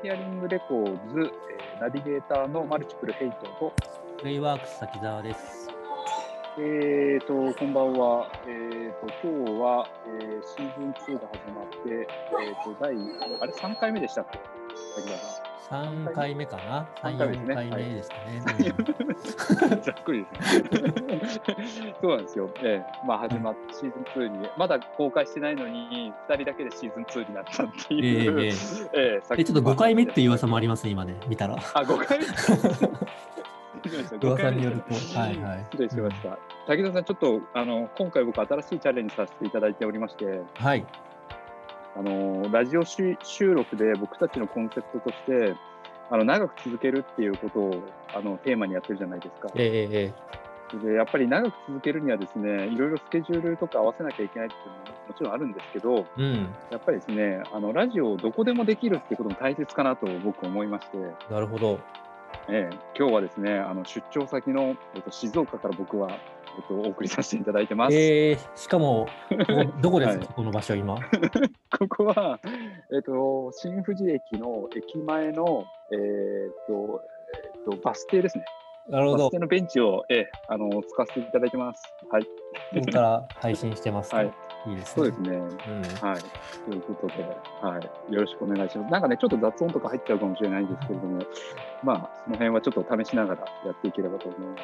ヒアリングレコーズ、ナビゲーターのマルチプルヘイトと、 プレイワークス滝沢です。 こんばんは。今日は、シーズン2が始まって、3回目でしたっけ？滝沢さん。 3回目かな ?3 回目ですね。 4回目ですかね。 ざっくりですね。そうなんですよ。始まって、シーズン2に、まだ公開してないのに、2人だけでシーズン2になったっていう。 ちょっと5回目っていう噂もありますね、今ね、見たら。 5回目噂によると。 失礼しました。滝沢さん、ちょっと今回僕新しいチャレンジさせていただいておりまして、 はい。 ラジオ収録で僕たちのコンセプトとして長く続けるっていうことをテーマにやってるじゃないですか。でやっぱり長く続けるにはですね、いろいろスケジュールとか合わせなきゃいけないっていうのももちろんあるんですけど、やっぱりですね、ラジオをどこでもできるっていうことも大切かなと僕思いまして。 なるほど。 今日はですね、出張先の、静岡から僕は、お送りさせていただいてます。 しかもどこですか、この場所今。 ここは、新富士駅の駅前の、バス停ですね。 なるほど。 バス停のベンチを、使わせていただいてます。はい。 ここから配信してます。 はい。 いいですね。 そうですね。はい。ということで、はい。よろしくお願いします。なんかね、ちょっと雑音とか入っちゃうかもしれないんですけれども、まあ、その辺はちょっと試しながらやっていければと思います。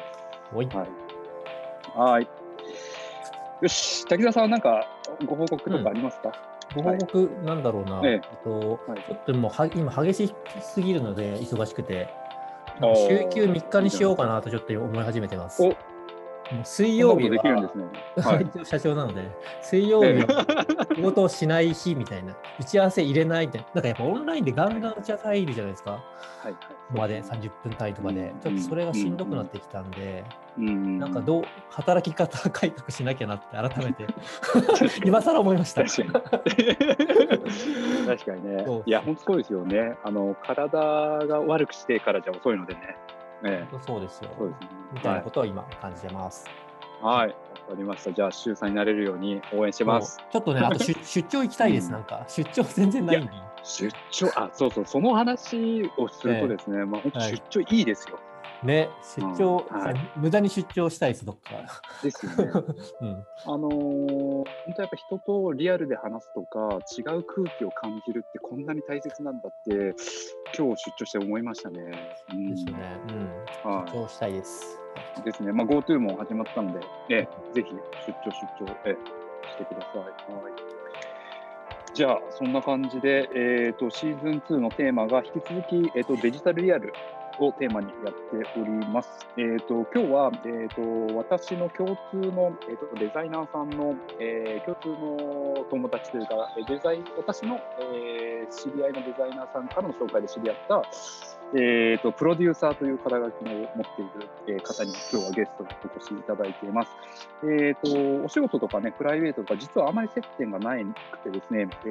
はい。よし、滝沢さんはなんかご報告とかありますか？ ご報告なんだろうな。ちょっともう今激しすぎるので忙しくて、週休3日にしようかなとちょっと思い始めてます。もう水曜日はできるんですね。 一応社長なので、水曜日は仕事をしない日みたいな、打ち合わせ入れないみたいな、なんかやっぱオンラインでガンガン打ち合わせ入るじゃないですか。まで30分単位とかで、ちょっとそれがしんどくなってきたんで、なんか働き方改革しなきゃなって改めて今更思いました。 確かにね。いや、本当そうですよね。体が悪くしてからじゃ遅いのでね。 そうですよ。みたいなことを今感じてます。 はい、わかりました。じゃあ週3になれるように応援してます。 ちょっとね、あと出張行きたいです。なんか出張全然ないんで。 出張、そう、その話をするとですね、本当出張いいですよ。 ね、出張、無駄に出張したいです、どっか。 ですよね。本当やっぱ人とリアルで話すとか、違う空気を感じるってこんなに大切なんだって、今日出張して思いましたね。 ですよね。出張したいです。 ですね。GoTo も始まったので、ぜひ出張してください。じゃあそんな感じで、シーズン2のテーマが引き続き、デジタルリアルをテーマにやっております。今日は、私の共通の、デザイナーさんの、共通の友達というか、私の、知り合いのデザイナーさんからの紹介で知り合った、プロデューサーという肩書きを持っている、方に今日はゲストにお越しいただいています。お仕事とかね、プライベートとか実はあまり接点がなくてですね、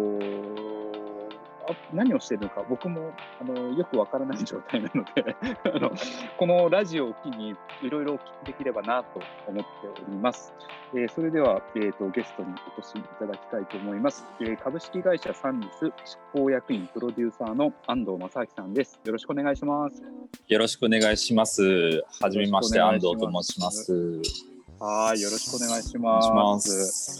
何をしているのか僕もよくわからない状態なのでこのラジオを機にいろいろお聞きできればなと思っております。それでは、ゲストにお越しいただきたいと思います。株式会社サンリス執行役員プロデューサーの安藤正明さんです。よろしくお願いします。 よろしくお願いします。はじめまして、安藤と申します。 はい、よろしくお願いします。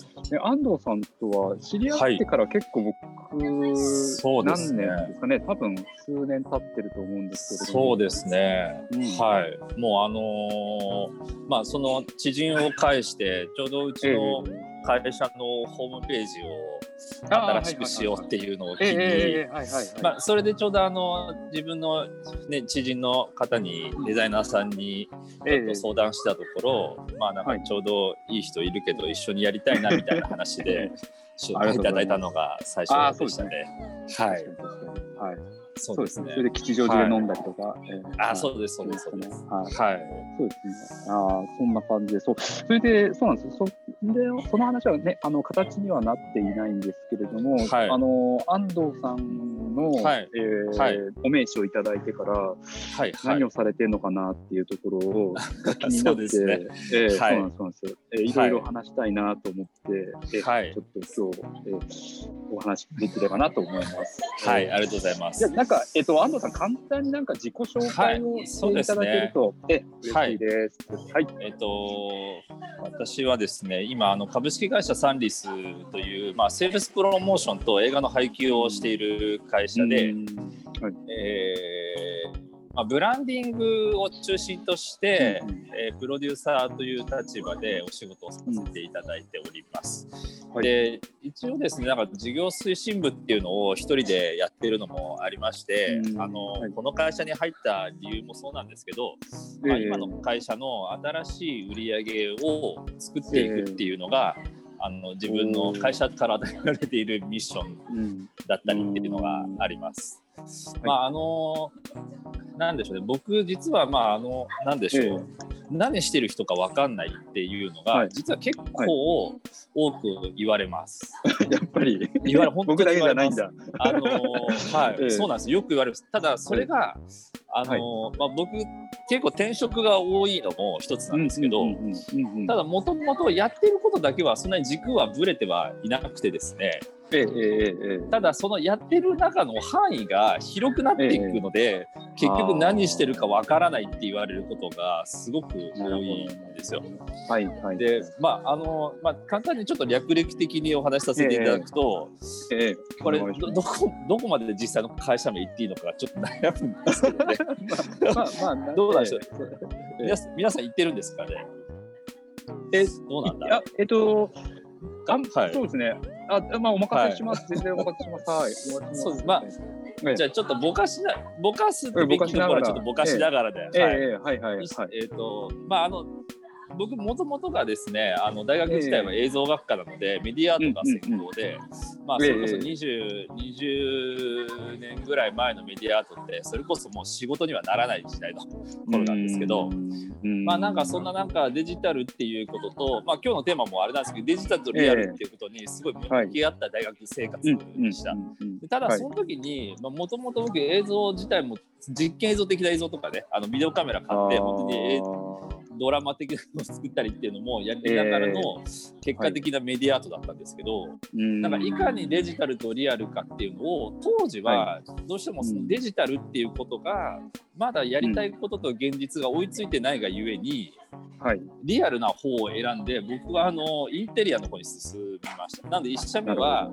安藤さんとは知り合ってから結構僕、何年ですかね、多分数年経ってると思うんですけれども。 そうですね。はい。もうその知人を介してちょうどうちの会社のホームページを新しくしようっていうのを機に、それでちょうど自分の、知人の方にデザイナーさんにちょっと相談したところ、なんかちょうどいい人いるけど一緒にやりたいなみたいな話で紹介いただいたのが最初でしたね。はい。 そうですね。それで吉祥寺で飲んだりとか。 そうです。はい。 そうですね。そんな感じで、それでそうなんですよ。その話はね、形にはなっていないんですけれども、安藤さんの、 はいお名刺をいただいてから、 はいはい、 何をされてるのかなっていうところを気になって、 そうなんですよ。いろいろ話したいなと思って、 はい、 ちょっと今日、お話できればなと思います。 はい、ありがとうございます。 じゃなんか、安藤さん、簡単になんか自己紹介をしていただけると、嬉しいです。はい。 私はですね、今株式会社サンリスという、セールスプロモーションと映画の配給をしている会社で、ブランディングを中心として、プロデューサーという立場でお仕事をさせていただいております。で、一応ですね、なんか事業推進部っていうのを一人でやってるのもありまして、この会社に入った理由もそうなんですけど、今の会社の新しい売り上げを作っていくっていうのが、自分の会社から与えられているミッションだったりっていうのがあります。なんでしょうね、僕実はなんでしょう、何してる人か分かんないっていうのが、実は結構多く言われます。 やっぱり本当に言われます。そうなんです。よく言われます。ただそれが僕結構転職が多いのも一つなんですけど、ただもともとやってることだけはそんなに軸はぶれてはいなくてですね、ただそのやってる中の範囲が広くなっていくので、結局何してるかわからないって言われることがすごく多いんですよ。で、簡単にちょっと略歴的にお話しさせていただくと、これどこまで実際の会社名言っていいのかちょっと悩むんですけどね。どうなんでしょう。皆さん言ってるんですかね。どうなんだ。 そうですね。お任せします。全然お任せします。 そうです。じゃあちょっとぼかすってべきところはちょっとぼかしながらで。僕もともとがですね、大学自体は映像学科なので、メディアアートが専攻で、それこそ20年ぐらい前のメディアアートってそれこそもう仕事にはならない時代の頃なんですけど、なんかそんななんかデジタルっていうことと、今日のテーマもあれなんですけど、デジタルとリアルっていうことにすごい向き合った大学生活でした。ただその時にもともと僕映像自体も実験映像的な映像とかね、ビデオカメラ買って本当にドラマ的なのを作ったりっていうのもやりながらの結果的なメディアアートだったんですけど、なんかいかにデジタルとリアルかっていうのを当時はどうしてもそのデジタルっていうことがまだやりたいことと現実が追いついてないがゆえに、リアルな方を選んで僕はインテリアの方に進みました。なので1社目は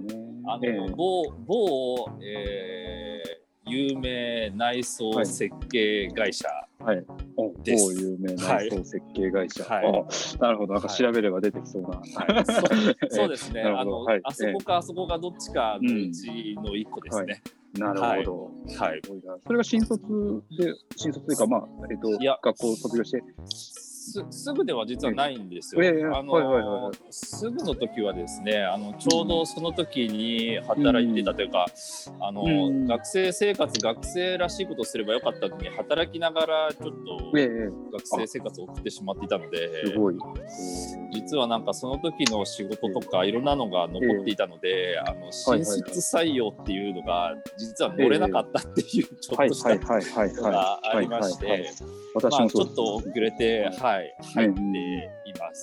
某有名内装設計会社です。 有名内装設計会社。なるほど。なんか調べれば出てきそうな。 そうですね。あそこかあそこがどっちかのうちの一個ですね。 なるほど。それが新卒というか学校を卒業して。 すぐでは実はないんですよ。すぐの時はですね、ちょうどその時に働いてたというか、学生生活、学生らしいことをすればよかったのに働きながらちょっと学生生活を送ってしまっていたので、実はなんかその時の仕事とかいろんなのが残っていたので、新卒採用っていうのが実は乗れなかったっていうちょっとしたのがありまして、ちょっと遅れて入っています。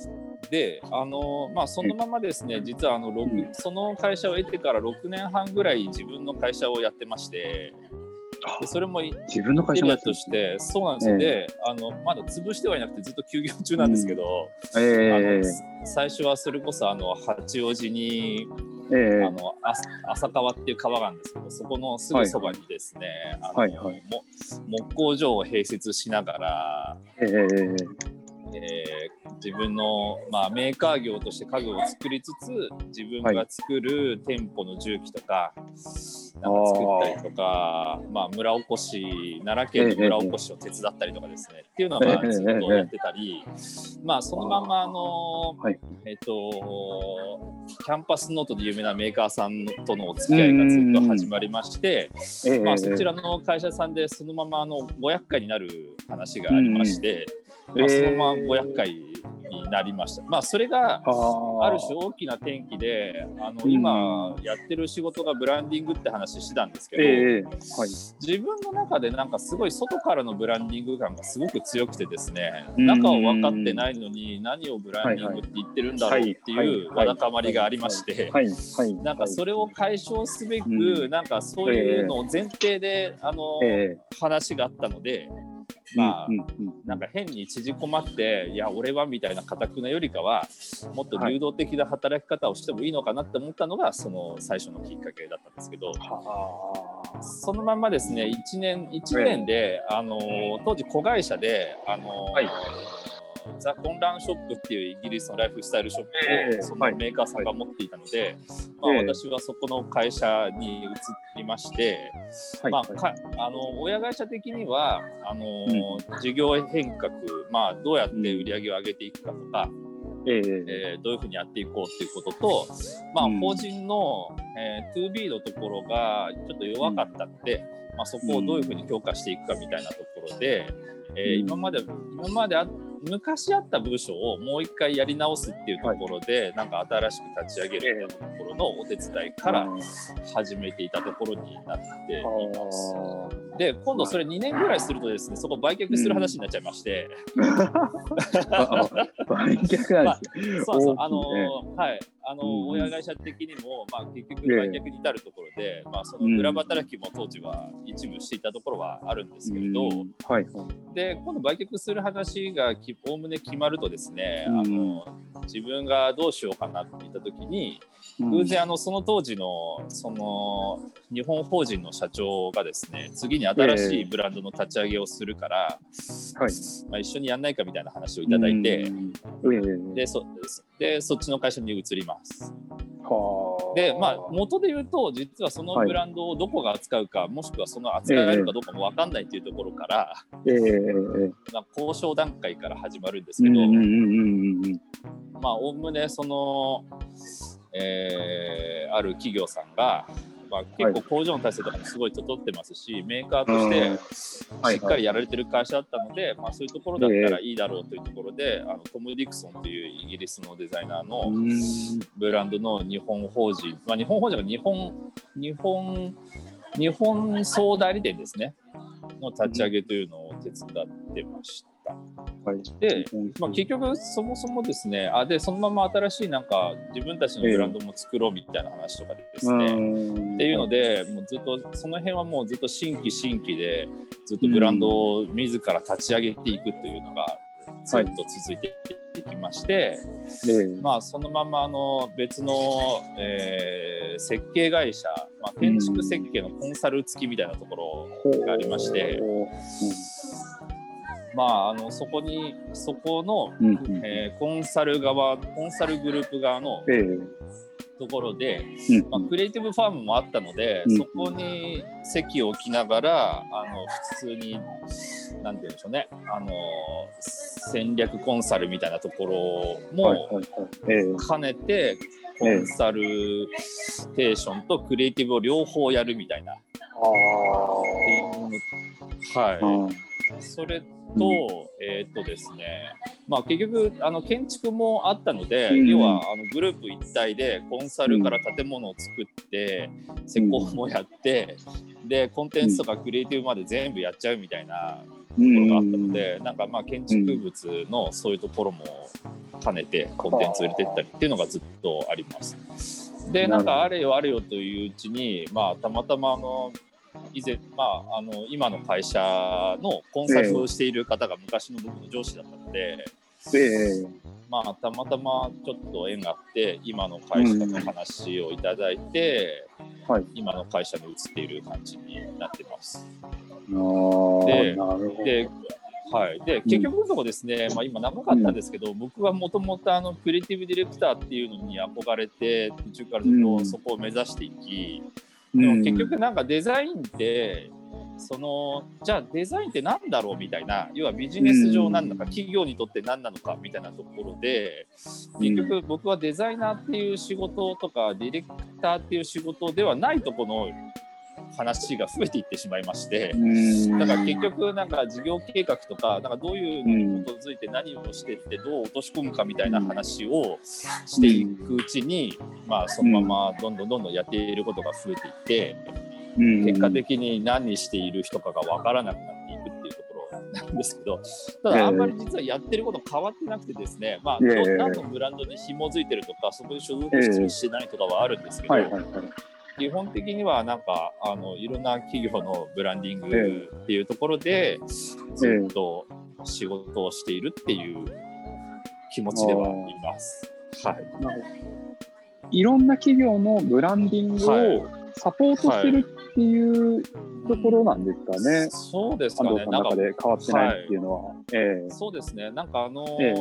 で、そのままですね、実はその会社を得てから6年半ぐらい自分の会社をやってまして、でそれも自分の会社としてそうなんですよ。で、まだ潰してはいなくてずっと休業中なんですけど、最初はそれこそ八王子に浅川っていう川があるんですけど、そこのすぐそばにですね、木工所を併設しながら、自分の、メーカー業として家具を作りつつ、自分が作る店舗の重機とかなんか作ったりとか、村おこし、奈良県の村おこしを手伝ったりとかですね、っていうのがずっとやってたり、そのままキャンパスノートで有名なメーカーさんとのお付き合いがずっと始まりまして、そちらの会社さんでそのままご厄介になる話がありまして、そのままご厄介になりました。まあそれがある種大きな転機で、今やってる仕事がブランディングって話してたんですけど、 はい、 自分の中でなんかすごい外からのブランディング感がすごく強くてですね、中を分かってないのに何をブランディングって言ってるんだろうっていうわだかまりがありまして、なんかそれを解消すべく、なんかそういうのを前提で話があったので、まあなんか変に縮こまっていや俺はみたいな固くなよりかはもっと流動的な働き方をしてもいいのかなって思ったのがその最初のきっかけだったんですけど、そのまんまですね1年で当時子会社でザ・コンランショップっていうイギリスのライフスタイルショップをそのメーカーさんが持っていたので、私はそこの会社に移りまして、親会社的には事業変革、どうやって売り上げを上げていくかとか、どういうふうにやっていこうっていうことと、法人の、2B のところがちょっと弱かったので、そこをどういうふうに強化していくかみたいなところで、今まで昔あった部署をもう一回やり直すっていうところで、なんか新しく立ち上げるところのお手伝いから始めていたところになっています。で、今度それ2年ぐらいするとですね、そこ売却する話になっちゃいまして、 売却なんですよ。 親会社的にも、結局売却に至るところで、その裏働きも当時は一部していたところはあるんですけれど、で今度売却する話がおおむね決まるとですね、自分がどうしようかなって言った時に、偶然その当時のその日本法人の社長がですね、次に新しいブランドの立ち上げをするから、一緒にやんないかみたいな話をいただいて、でそっちの会社に移ります。で、元で言うと実はそのブランドをどこが扱うか、もしくはその扱いがあるかどうかも分かんないっていうところから、交渉段階から始まるんですけど、おおむねその、ある企業さんが、結構工場の体制とかもすごい整ってますし、メーカーとしてしっかりやられてる会社だったので、そういうところだったらいいだろうというところで、トム・ディクソンというイギリスのデザイナーのブランドの日本法人、日本法人が日本総代理店ですねの立ち上げというのを手伝ってました。で、結局そもそもですね、でそのまま新しいなんか自分たちのブランドも作ろうみたいな話とかでですね、っていうので、もうずっとその辺はもうずっと新規でずっとブランドを自ら立ち上げていくというのがずっと続いていきまして、そのまま別の、設計会社、建築設計のコンサル付きみたいなところがありまして、そこの、コンサルグループ側のところで、クリエイティブファームもあったので、そこに席を置きながら普通になんて言うんでしょうね、戦略コンサルみたいなところも兼ねて、コンサルテーションとクリエイティブを両方やるみたいな。それと、ですね、結局建築もあったので、要はグループ一体でコンサルから建物を作って施工もやって、でコンテンツとかクリエイティブまで全部やっちゃうみたいなところがあったので、なんか建築物のそういうところも兼ねてコンテンツを入れていったりっていうのがずっとあります。でなんかあれよといううちに、たまたま以前、今の会社のコンサルをしている方が昔の僕の上司だったので、たまたまちょっと縁があって今の会社の話をいただいて、今の会社に移っている感じになってます。で結局のところですね、今長かったんですけど、僕はもともとクリエイティブディレクターっていうのに憧れて途中からずっとそこを目指していき、でも結局なんかデザインってじゃあデザインって何だろうみたいな、要はビジネス上何なのか、企業にとって何なのかみたいなところで、結局僕はデザイナーっていう仕事とかディレクターっていう仕事ではないところの話が増えていってしまいまして、だから結局なんか事業計画とか、なんかどういうのに基づいて何をしてってどう落とし込むかみたいな話をしていくうちに、まあそのままどんどんやっていることが増えていって、結果的に何している人かが分からなくなっていくっていうところなんですけど、ただあんまり実はやってること変わってなくてですね、まあ何のブランドに紐づいてるとか、そこに所属してないとかはあるんですけど、基本的にはなんかいろんな企業のブランディングっていうところでずっと仕事をしているっていう気持ちではいます。はい。 いろんな企業のブランディングをサポートしてるっていうところなんですかね。 そうですかね。 なんかで変わってないっていうのは。 そうですね。なんか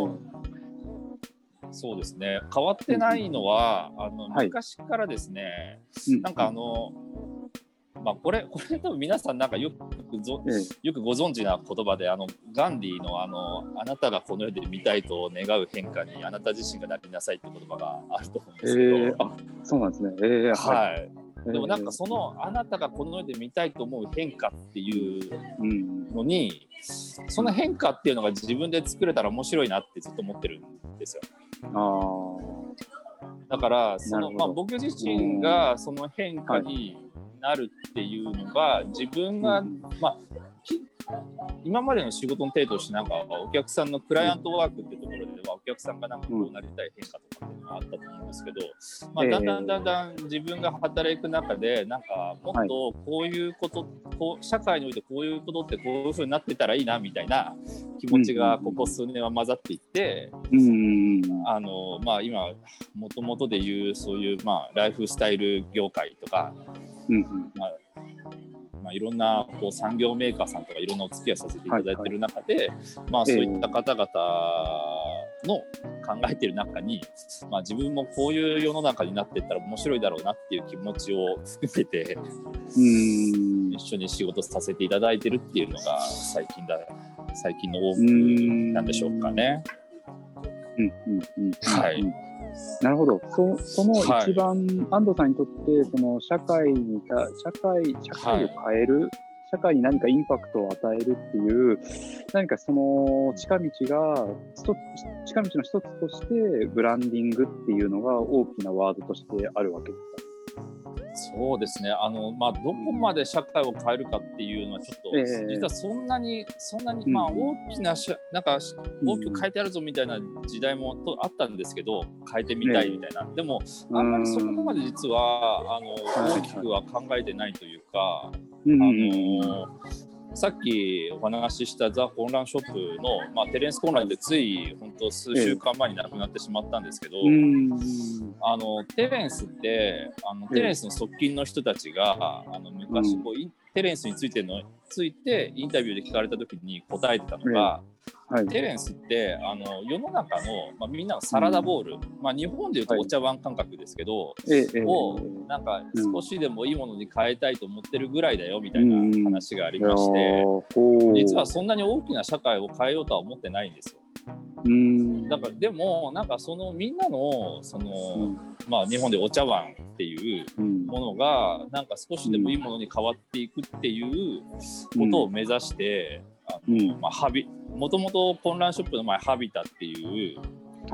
そうですね。変わってないのは昔からですね。なんかまあこれ多分皆さんなんかよくご存知な言葉でガンディのあなたがこの世で見たいと願う変化にあなた自身がなりなさいって言葉があると思うんですけど。 そうなんですね。 はい。でもなんかそのあなたがこの世で見たいと思う変化っていうのに、その変化っていうのが自分で作れたら面白いなってずっと思ってるんですよ。だからまあ、僕自身がその変化になるっていうのが自分が、まあ今までの仕事の程度としてなんかお客さんのクライアントワークってところではお客さんがなんかこうなりたい変化とかっていうのがあったと思うんですけど、まあ、だんだん自分が働く中でなんかもっとこういうこと社会においてこういうことってこういう風になってたらいいなみたいな気持ちがここ数年は混ざっていって、まあ今もともとでいうそういうまあライフスタイル業界とか、まあ、いろんなこう産業メーカーさんとかいろんなお付き合いさせていただいている中で、まあ、そういった方々の考えている中に、まあ、自分もこういう世の中になっていったら面白いだろうなっていう気持ちを含めて一緒に仕事させていただいているっていうのが最近の多くなんでしょうかね。はい。 なるほど。その一番、安藤さんにとってその社会を変える、社会に何かインパクトを与えるっていう何かその近道の一つとしてブランディングっていうのが大きなワードとしてあるわけですか？ そうですね。まあ、どこまで社会を変えるかっていうのはちょっと、実はそんなにまあ大きななんか大きく変えてやるぞみたいな時代もあったんですけど、変えてみたいみたいな。でもあんまりそこまで実は大きくは考えてないというか、さっきお話ししたザ・コンランショップの、まあ、テレンス・コンランでつい本当数週間前に亡くなってしまったんですけど、テレンスってテレンスの側近の人たちが昔こうテレンスについてインタビューで聞かれた時に答えてたのが、テレンスって世の中の、まあ、みんながサラダボール、まあ、日本でいうとお茶碗感覚ですけど、をなんか少しでもいいものに変えたいと思ってるぐらいだよみたいな話がありまして、実はそんなに大きな社会を変えようとは思ってないんですよ。だからでもなんかそのみんなのまあ、日本でお茶碗っていうものがなんか少しでもいいものに変わっていくっていうことを目指してまあ、もともと混乱ショップの前ハビタっていう、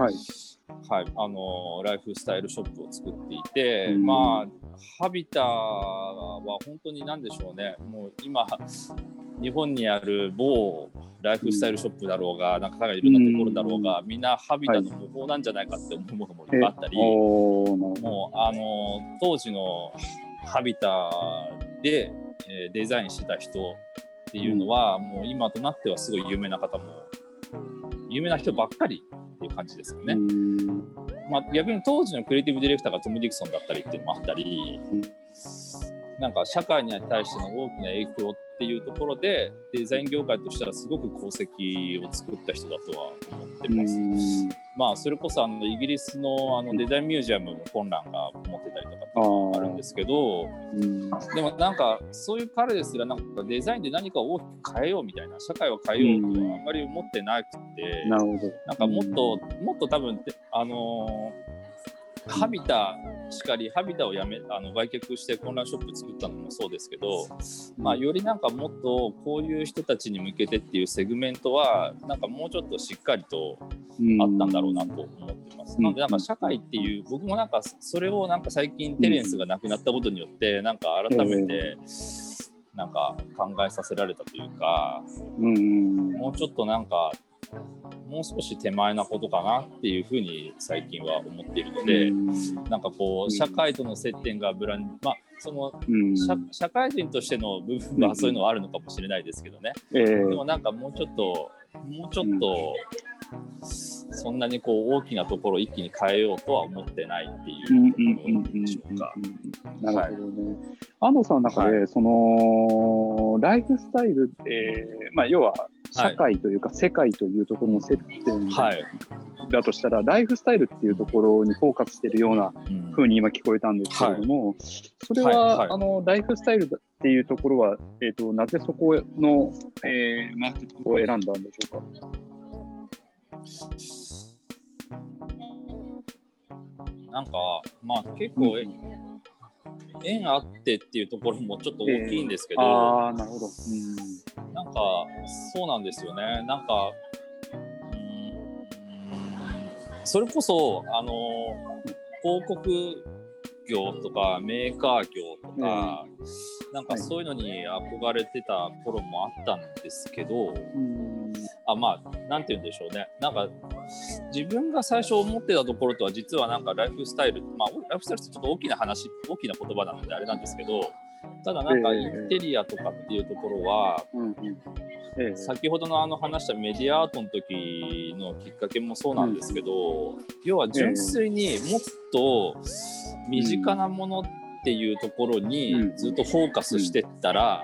ライフスタイルショップを作っていて、まあハビタは本当に何でしょうね、もう今日本にある某ライフスタイルショップだろうが、なんかいろんなところだろうが、みんなハビタの模倣なんじゃないかって思うものもいっぱいあったり、もう当時のハビタでデザインしてた人っていうのは、もう今となってはすごい有名な人ばっかりっていう感じですよね。まあ、逆に当時のクリエイティブディレクターがトム・ディクソンだったりっていうのもあったり、なんか社会に対しての大きな影響っていうところでデザイン業界としてはすごく功績を作った人だとは思ってます。まあそれこそイギリスのデザインミュージアムの混乱が持ってたりとかってあるんですけど、でもなんかそういう彼ですらなんかデザインで何かを大きく変えようみたいな、社会を変えようとはあんまり思ってなくて、なんかもっと多分ハビタしかり、ハビタを売却して混乱ショップ作ったのもそうですけど、よりなんかもっとこういう人たちに向けてっていうセグメントはなんかもうちょっとしっかりとあったんだろうなと思ってます。なのでなんか社会っていう、僕もなんかそれをなんか最近テレンスが亡くなったことによってなんか改めてなんか考えさせられたというか、もうちょっとなんかもう少し手前なことかなっていうふうに最近は思っているので、なんかこう社会との接点がその社会人としての部分はそういうのはあるのかもしれないですけどね、でもなんかもうちょっとそんなにこう大きなところを一気に変えようとは思ってないっていうところでしょうか。 なるほどね。安藤さんの中で、そのライフスタイルって、要は社会というか世界というところの接点だとしたら、ライフスタイルっていうところにフォーカスしているような風に今聞こえたんですけれども、それは、ライフスタイルっていうところは、なぜそこの、マーケットを選んだんでしょうか。 なんか結構、縁あってっていうところもちょっと大きいんですけど、 なるほど。 なんかそうなんですよね。なんかそれこそ広告業とかメーカー業とか、なんかそういうのに憧れてた頃もあったんですけど、なんて言うんでしょうね。なんか自分が最初思ってたところとは実はなんかライフスタイル、ライフスタイルってちょっと大きな言葉なのであれなんですけど、ただなんかインテリアとかっていうところは、先ほどの話したメディアアートの時のきっかけもそうなんですけど、要は純粋にもっと身近なものっていうところにずっとフォーカスしてったら、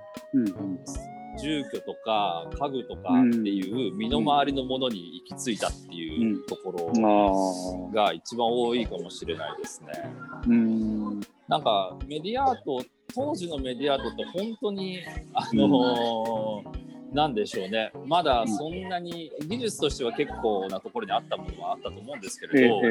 住居とか家具とかっていう身の回りのものに行き着いたっていうところが一番多いかもしれないですね。なんかメディアアート、当時のメディアアートって本当になんでしょうね、まだそんなに技術としては結構なところにあったものはあったと思うんですけれど、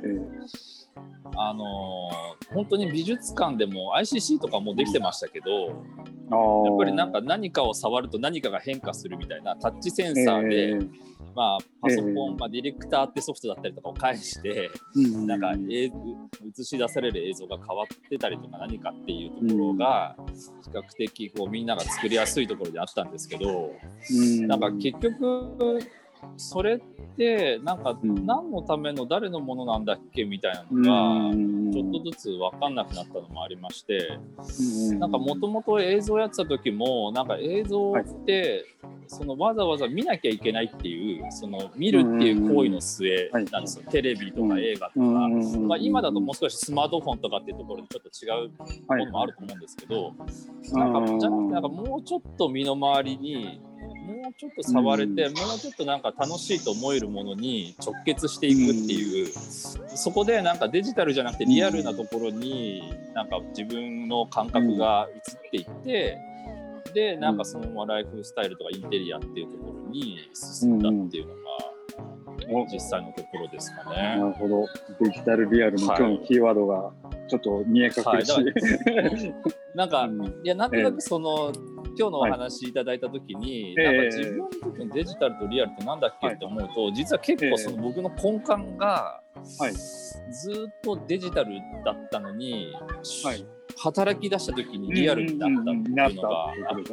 本当に美術館でも ICC とかもできてましたけど、やっぱりなんか何かを触ると何かが変化するみたいなタッチセンサーで、パソコン、ディレクターってソフトだったりとかを介して、なんか映し出される映像が変わってたりとか何かっていうところが比較的こうみんなが作りやすいところであったんですけど、なんか結局それってなんか何のための誰のものなんだっけみたいなのがちょっとずつ分かんなくなったのもありまして、なんかもともと映像やってた時もなんか映像ってそのわざわざ見なきゃいけないっていうその見るっていう行為の末なんですよ。テレビとか映画とか、今だともう少しスマートフォンとかっていうところでちょっと違うものもあると思うんですけど、なんかもうちょっと身の回りにもうちょっと触れて、もうちょっとなんか楽しいと思えるものに直結していくっていう、そこでなんかデジタルじゃなくてリアルなところになんか自分の感覚が移っていって、でなんかそのままライフスタイルとかインテリアっていうところに進んだっていうのが実際のところですかね。 なるほど。デジタルリアルの今日のキーワードがちょっと見え隠れし、 なんかいやなんとなくその今日のお話いただいたときに、なんか自分にとってのデジタルとリアルってなんだっけって思うと、実は結構その僕の根幹がずっとデジタルだったのに、働き出したときにリアルになったっていうのがあって、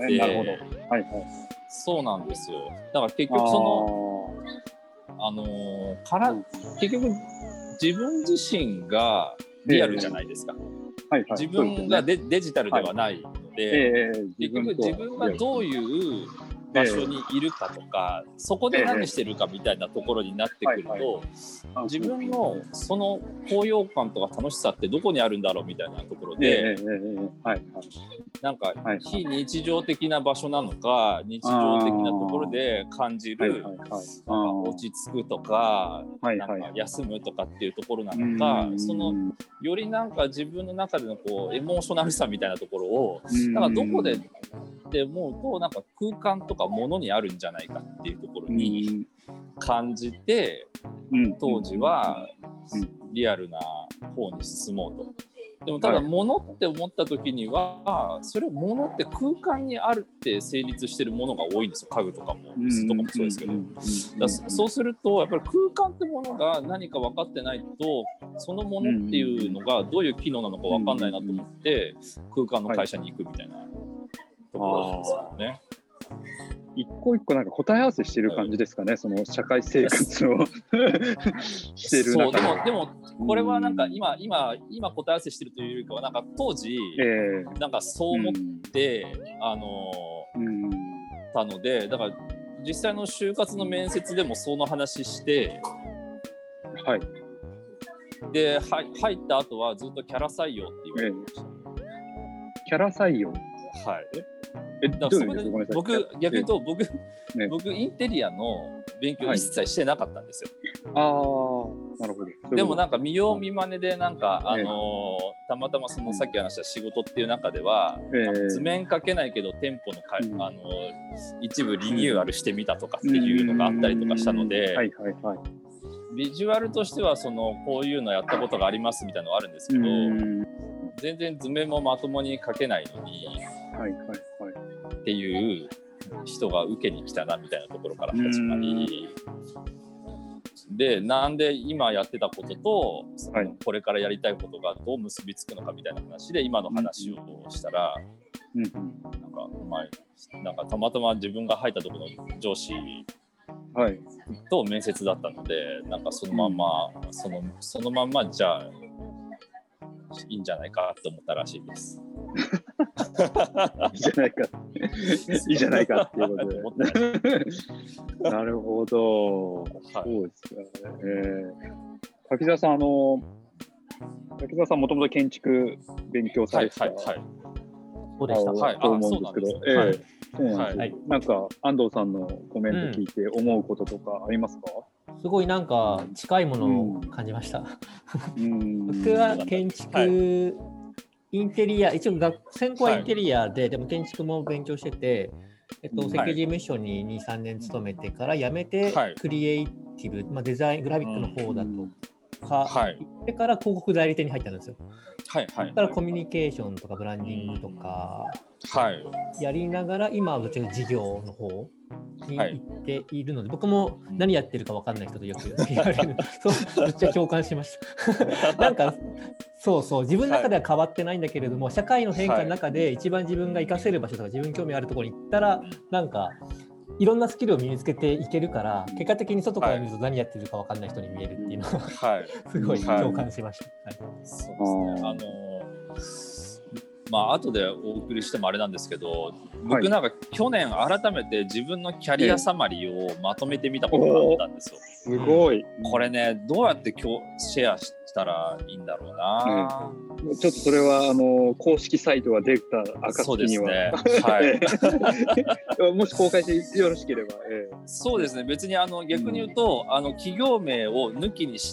そうなんですよ。だから結局その結局自分自身がリアルじゃないですか。自分がデジタルではないので、結局自分がどういう場所にいるかとか、そこで何してるかみたいなところになってくると、自分のその高揚感とか楽しさってどこにあるんだろうみたいなところで、なんか非日常的な場所なのか日常的なところで感じるなんか落ち着くとか、なんか休むとかっていうところなのか、そのよりなんか自分の中でのこうエモーショナルさみたいなところをなんかどこでって思うとなんか空間とか物にあるんじゃないかっていうところに感じて、当時はリアルな方に進もうと。でもただ物って思った時には、それ物って空間にあるって成立してるものが多いんですよ。家具とかも椅子とかもそうですけど、そうするとやっぱり空間ってものが何か分かってないと、そのものっていうのがどういう機能なのか分かんないなと思って空間の会社に行くみたいなところなんですよね。 一個一個なんか答え合わせしてる感じですかね、その社会生活をしてる中で。 そうでもこれはなんか今答え合わせしてるというよりかはなんか当時、なんかそう思って、たので、だから実際の就活の面接でもその話して、 はい、 で入った後はずっとキャラ採用って言われてました。 キャラ採用、 はい。だからそこで僕逆に言うと僕インテリアの勉強一切してなかったんですよ。 なるほど。 でもなんか見よう見まねでなんかたまたまそのさっき話した仕事っていう中では、図面描けないけど店舗の一部リニューアルしてみたとかっていうのがあったりとかしたので、ビジュアルとしてはこういうのやったことがありますみたいなのがあるんですけど、全然図面もまともに描けないのに。っていう人が受けに来たなみたいなところから始まりで、なんで今やってたこととこれからやりたいことがどう結びつくのかみたいな話で今の話をしたら、なんかたまたま自分が入ったところの上司と面接だったので、なんかそのまんまじゃあいいんじゃないかと思ったらしいです。 いいじゃないかっていうことで。なるほど。そうですかね。滝沢さんもともと建築勉強されてたそうでしたと思うんですけど、そうなんです。なんか安藤さんのコメント聞いて思うこととかありますか？ すごいなんか近いものを感じました。僕は建築、インテリア、一応専攻はインテリアで、でも建築も勉強してて、設計事務所に2、3年勤めてから辞めて、クリエイティブ、デザイン、グラフィックの方だとか、それから広告代理店に入ったんですよ。だからコミュニケーションとかブランディングとかやりながら、今は事業の方に行っているので、僕も何やってるか分かんない人とよく言われる。めっちゃ共感しました。なんかそう自分の中では変わってないんだけれども、社会の変化の中で一番自分が活かせる場所とか自分興味あるところに行ったら、なんかいろんなスキルを身につけていけるから、結果的に外から見ると何やってるか分かんない人に見えるっていうのは、すごい共感しました。 そうですね。後でお送りしてもあれなんですけど、僕なんか去年改めて自分のキャリアサマリーをまとめてみたことがあったんですよ。 すごい。 これね、どうやって今日シェアしたらいいんだろうな。 ちょっとそれは公式サイトが出た暁には、もし公開してよろしければ、 そうですね。別に逆に言うと、企業名を抜きにして、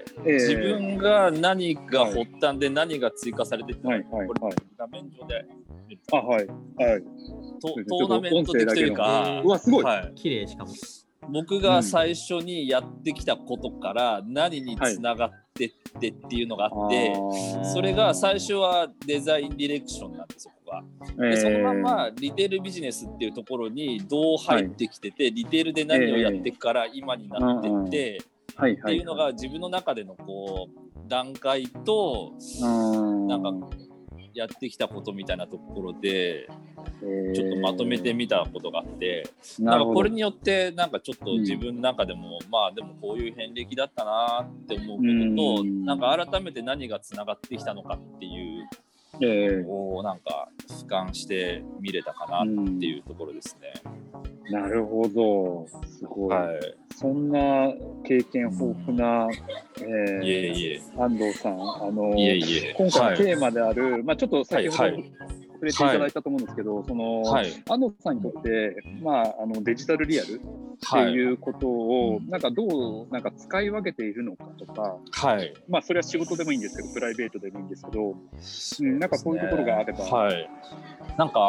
自分が何が発端で何が追加されていったのか、これ画面上でトーナメント的というか、 すごい綺麗。しかも僕が最初にやってきたことから何につながってってっていうのがあって、それが最初はデザインディレクションなんですよ。でそのままリテールビジネスっていうところにどう入ってきてて、リテールで何をやってから今になってってっていうのが自分の中での段階となんかやってきたことみたいなところでちょっとまとめてみたことがあって、なんかこれによってなんかちょっと自分の中でも、でもこういう遍歴だったなって思うことと、なんか改めて何がつながってきたのかっていうをなんか俯瞰して見れたかなっていうところですね。 なるほど、すごい。そんな経験豊富な、安藤さん、今回のテーマである、ちょっと先ほど触れていただいたと思うんですけど、安藤さんにとって、デジタルリアルっていうことを、なんかどうなんか使い分けているのかとか、それは仕事でもいいんですけど、プライベートでもいいんですけど、なんかそういうところがあれば。 なんか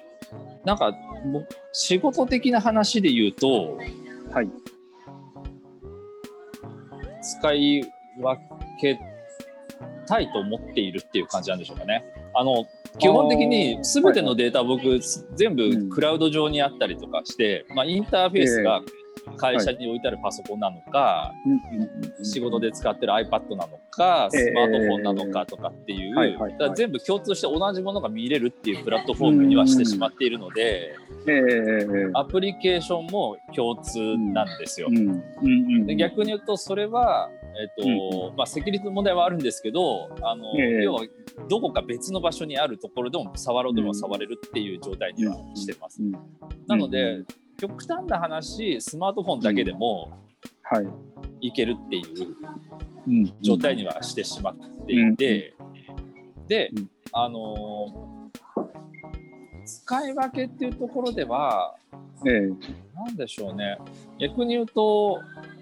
なんか仕事的な話で言うと、 使い分けたいと思っているっていう感じなんでしょうかね。基本的に全てのデータは僕全部クラウド上にあったりとかして、インターフェースが会社に置いてあるパソコンなのか、仕事で使ってる iPad なのか、スマートフォンなのかとかっていう、だから全部共通して同じものが見れるっていうプラットフォームにはしてしまっているので、アプリケーションも共通なんですよ。で逆に言うとそれは、セキュリティの問題はあるんですけど、要はどこか別の場所にあるところでも触ろうとも触れるっていう状態にはしてます。なので極端な話、スマートフォンだけでもいけるっていう状態にはしてしまっていて、で、使い分けっていうところでは、なんでしょうね、逆に言うと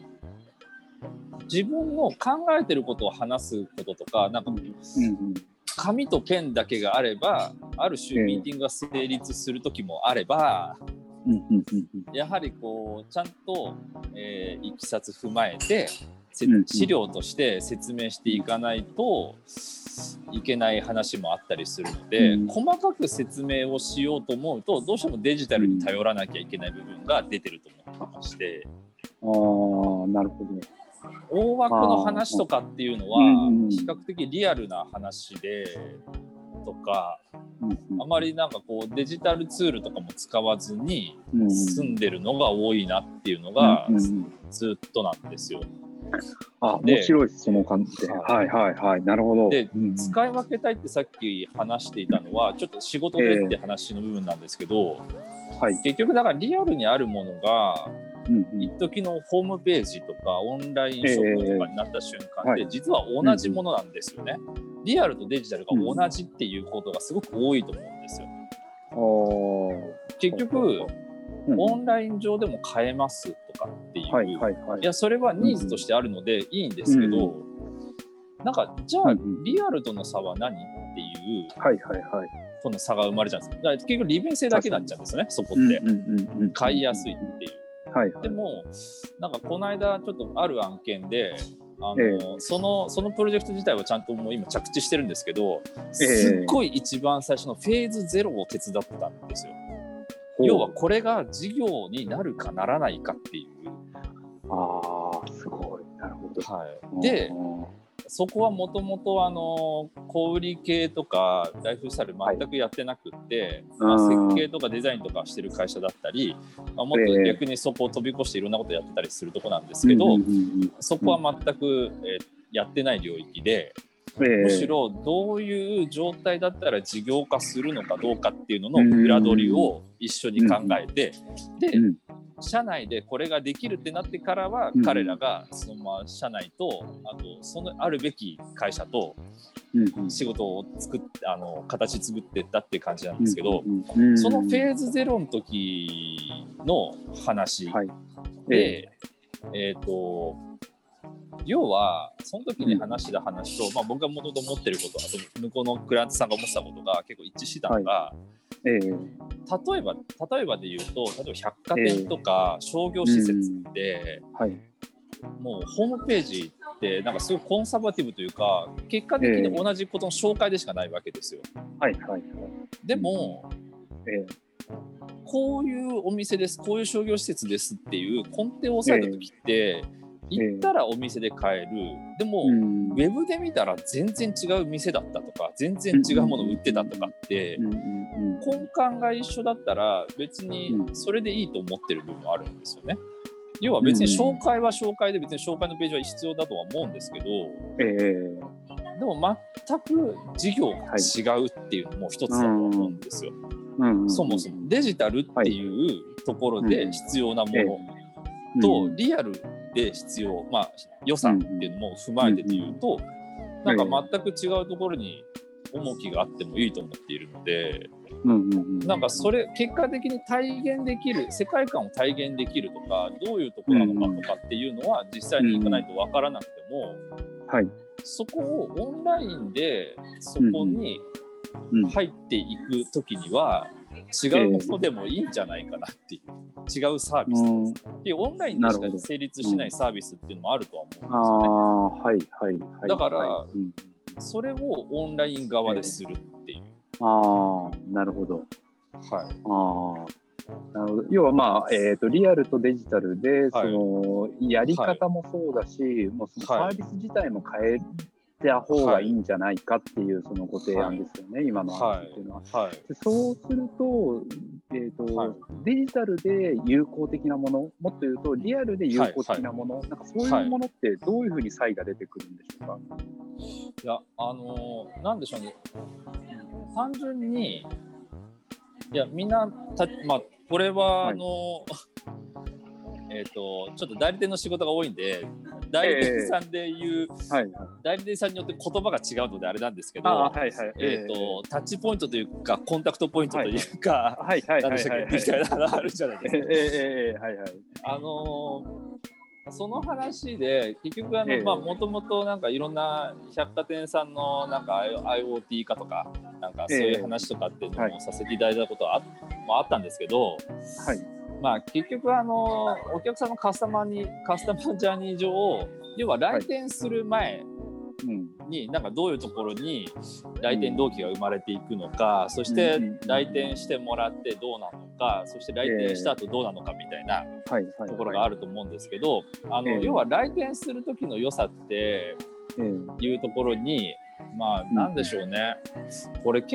自分の考えてることを話すこととか、なんか紙とペンだけがあればある種ミーティングが成立する時もあれば、やはりこうちゃんと、いきさつ踏まえて資料として説明していかないといけない話もあったりするので、細かく説明をしようと思うとどうしてもデジタルに頼らなきゃいけない部分が出てると思ってまして、 なるほど。 大枠の話とかっていうのは比較的リアルな話でとか、あまりなんかこうデジタルツールとかも使わずに済んでるのが多いなっていうのがずっとなんですよ。 面白いです、その感じで。なるほど。 で、使い分けたいってさっき話していたのはちょっと仕事でって話の部分なんですけど、結局だからリアルにあるものが一時のホームページとかオンラインショップとかになった瞬間って実は同じものなんですよね。リアルとデジタルが同じっていうことがすごく多いと思うんですよ。結局オンライン上でも買えますとかっていう、いやそれはニーズとしてあるのでいいんですけど、なんかじゃあリアルとの差は何っていうその差が生まれちゃうんですよ。だから結局利便性だけになっちゃうんですよね、そこって買いやすいっていう。でもなんかこの間ちょっとある案件でそのプロジェクト自体はちゃんともう今着地してるんですけど、すっごい一番最初のフェーズ0を手伝ったんですよ。要はこれが事業になるかならないかっていう。 すごい。なるほど。 でそこはもともと小売系とかライフスタイル全くやってなくって、設計とかデザインとかしてる会社だったり、もっと逆にそこを飛び越していろんなことやってたりするとこなんですけど、そこは全く、やってない領域で、むしろどういう状態だったら事業化するのかどうかっていうのの裏取りを一緒に考えて、で社内でこれができるってなってからは、彼らがそのまま社内とあとそのあるべき会社と仕事を形作っていったっていう感じなんですけど、そのフェーズ0の時の話で、要はその時に話した話と、僕がもともと思ってること、あと向こうのクライアントさんが思ってたことが結構一致したのが、例えばで言うと、例えば百貨店とか商業施設って、もうホームページってなんかすごいコンサバティブというか、結果的に同じことの紹介でしかないわけですよ。でも、こういうお店です、こういう商業施設ですっていう根底を押さえた時って、行ったらお店で買える、でも、ウェブで見たら全然違う店だったとか、全然違うものを売ってたとかって、根幹が一緒だったら別にそれでいいと思ってる部分もあるんですよね。要は別に紹介は紹介で、別に紹介のページは必要だとは思うんですけど、でも全く事業が違うっていうのも一つだと思うんですよ。そもそもデジタルっていうところで必要なものとリアルで必要、予算っていうのも踏まえてというと、なんか全く違うところに重きがあってもいいと思っているので、なんかそれ結果的に体現できる、世界観を体現できるとか、どういうところなのかとかっていうのは実際に行かないと分からなくても、そこをオンラインでそこに入っていくときには、 違うものでもいいんじゃないかなっていう、違うサービスです。でオンラインでしか成立しないサービスっていうのもあるとは思うんですよね。だから、それをオンライン側でするっていう。 なるほど。 はい。 なるほど。要はまあ、リアルとデジタルで、そのやり方もそうだし、もうそのサービス自体も変えた方がいいんじゃないかっていうそのご提案ですよね、今の話っていうのは。でそうすると、デジタルで有効的なもの、もっと言うとリアルで有効的なもの、なんかそういうものってどういうふうに差異が出てくるんでしょうか。 いや、なんでしょうね。単純に、いや、みんなまあ、これは、ちょっと代理店の仕事が多いんで、代理店さんでいう、代理店さんによって言葉が違うのであれなんですけど、タッチポイントというか、コンタクトポイントというか、何でしたっけみたいなのあるじゃないですか。その話で結局もともとなんかいろんな百貨店さんのなんか IoT 化とかなんかそういう話とかっていうのをさせていただいたことはあったんですけど、まあ結局お客さんのカスタマージャーニー上、要は来店する前になんかどういうところに来店動機が生まれていくのか、そして来店してもらってどうなのか、そして来店した後どうなのかみたいなところがあると思うんですけど、要は来店する時の良さっていうところに、まあなんでしょうね、これち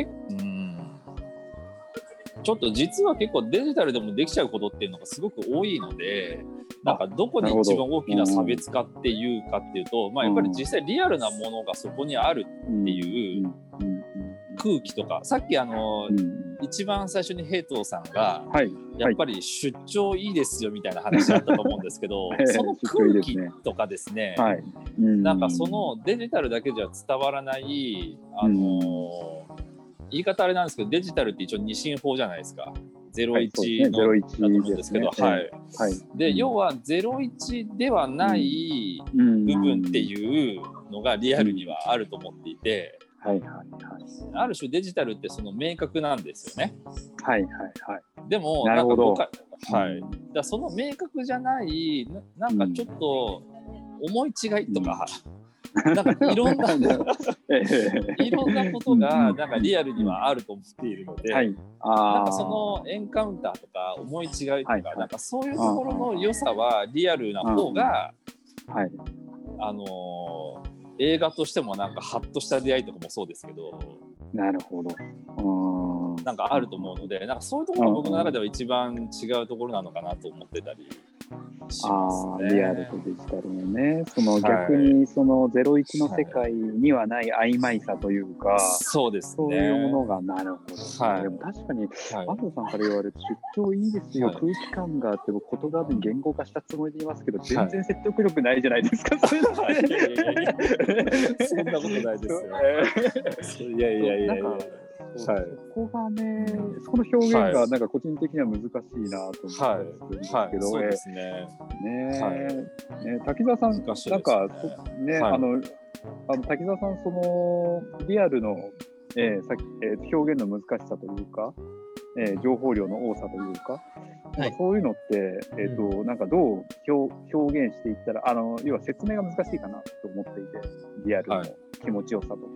ょっと実は結構デジタルでもできちゃうことっていうのがすごく多いので、なんかどこに一番大きな差別化っていうかっていうと、まあやっぱり実際リアルなものがそこにあるっていう空気とか、さっき一番最初に平藤さんがやっぱり出張いいですよみたいな話だったと思うんですけど、その空気とかですね、なんかそのデジタルだけじゃ伝わらない言い方あれなんですけど、デジタルって一応二進法じゃないですか。01のだと思うんですけど、で要は01ではない部分っていうのがリアルにはあると思っていて、ある種デジタルってその明確なんですよね。でもなんかだその明確じゃないなんかちょっと思い違いとか。なんかいろんなことがなんかリアルにはあると思っているので、なんかそのエンカウンターとか思い違いとか、なんかそういうところの良さはリアルな方が、映画としてもなんかハッとした出会いとかもそうですけど、 なるほど、 なんかあると思うので、なんかそういうところが僕の中では一番違うところなのかなと思ってたりしますね。 リアルとデジタルのね、その逆にその01の世界にはない曖昧さというか、 そうですね。 そういうものが、なるほど。でも確かに安藤さんから言われて出張いいですよ、空気感があって言葉で言語化したつもりでいますけど、全然説得力ないじゃないですか。そんなことないですよ。いや。 そこがね、その表現がなんか個人的には難しいなと思うんですけど、 そうですね。 滝沢さん、なんかね、滝沢さん、そのリアルの表現の難しさというか、情報量の多さというか、そういうのって、なんかどう表現していったら、要は説明が難しいかなと思っていて、リアルの気持ちよさとかって、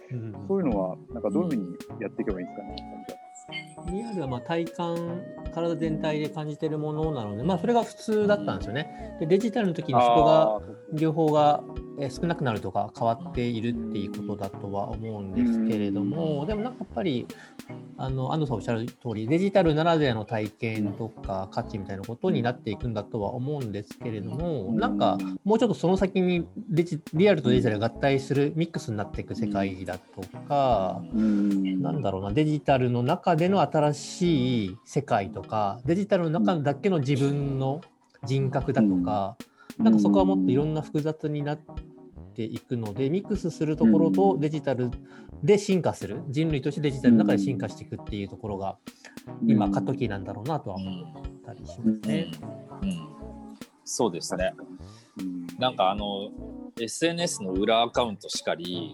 そういうのはなんかどういうふうにやっていけばいいんですかね。 リアルはまあ体感、体全体で感じているものなので、まあ、それが普通だったんですよね。でデジタルの時にそこが両方が少なくなるとか変わっているっていうことだとは思うんですけれども、でもなんかやっぱり安藤さんおっしゃる通り、デジタルならではの体験とか価値みたいなことになっていくんだとは思うんですけれども、なんかもうちょっとその先にリアルとデジタルが合体するミックスになっていく世界だとか、なんだろうな、デジタルの中での新しい世界とか、デジタルの中だけの自分の人格だとか、なんかそこはもっといろんな複雑になっていくので、ミックスするところとデジタルで進化する、人類としてデジタルの中で進化していくっていうところが今過渡期なんだろうなとは思ったりしますね。 そうですね。なんかSNS の裏アカウントしかり、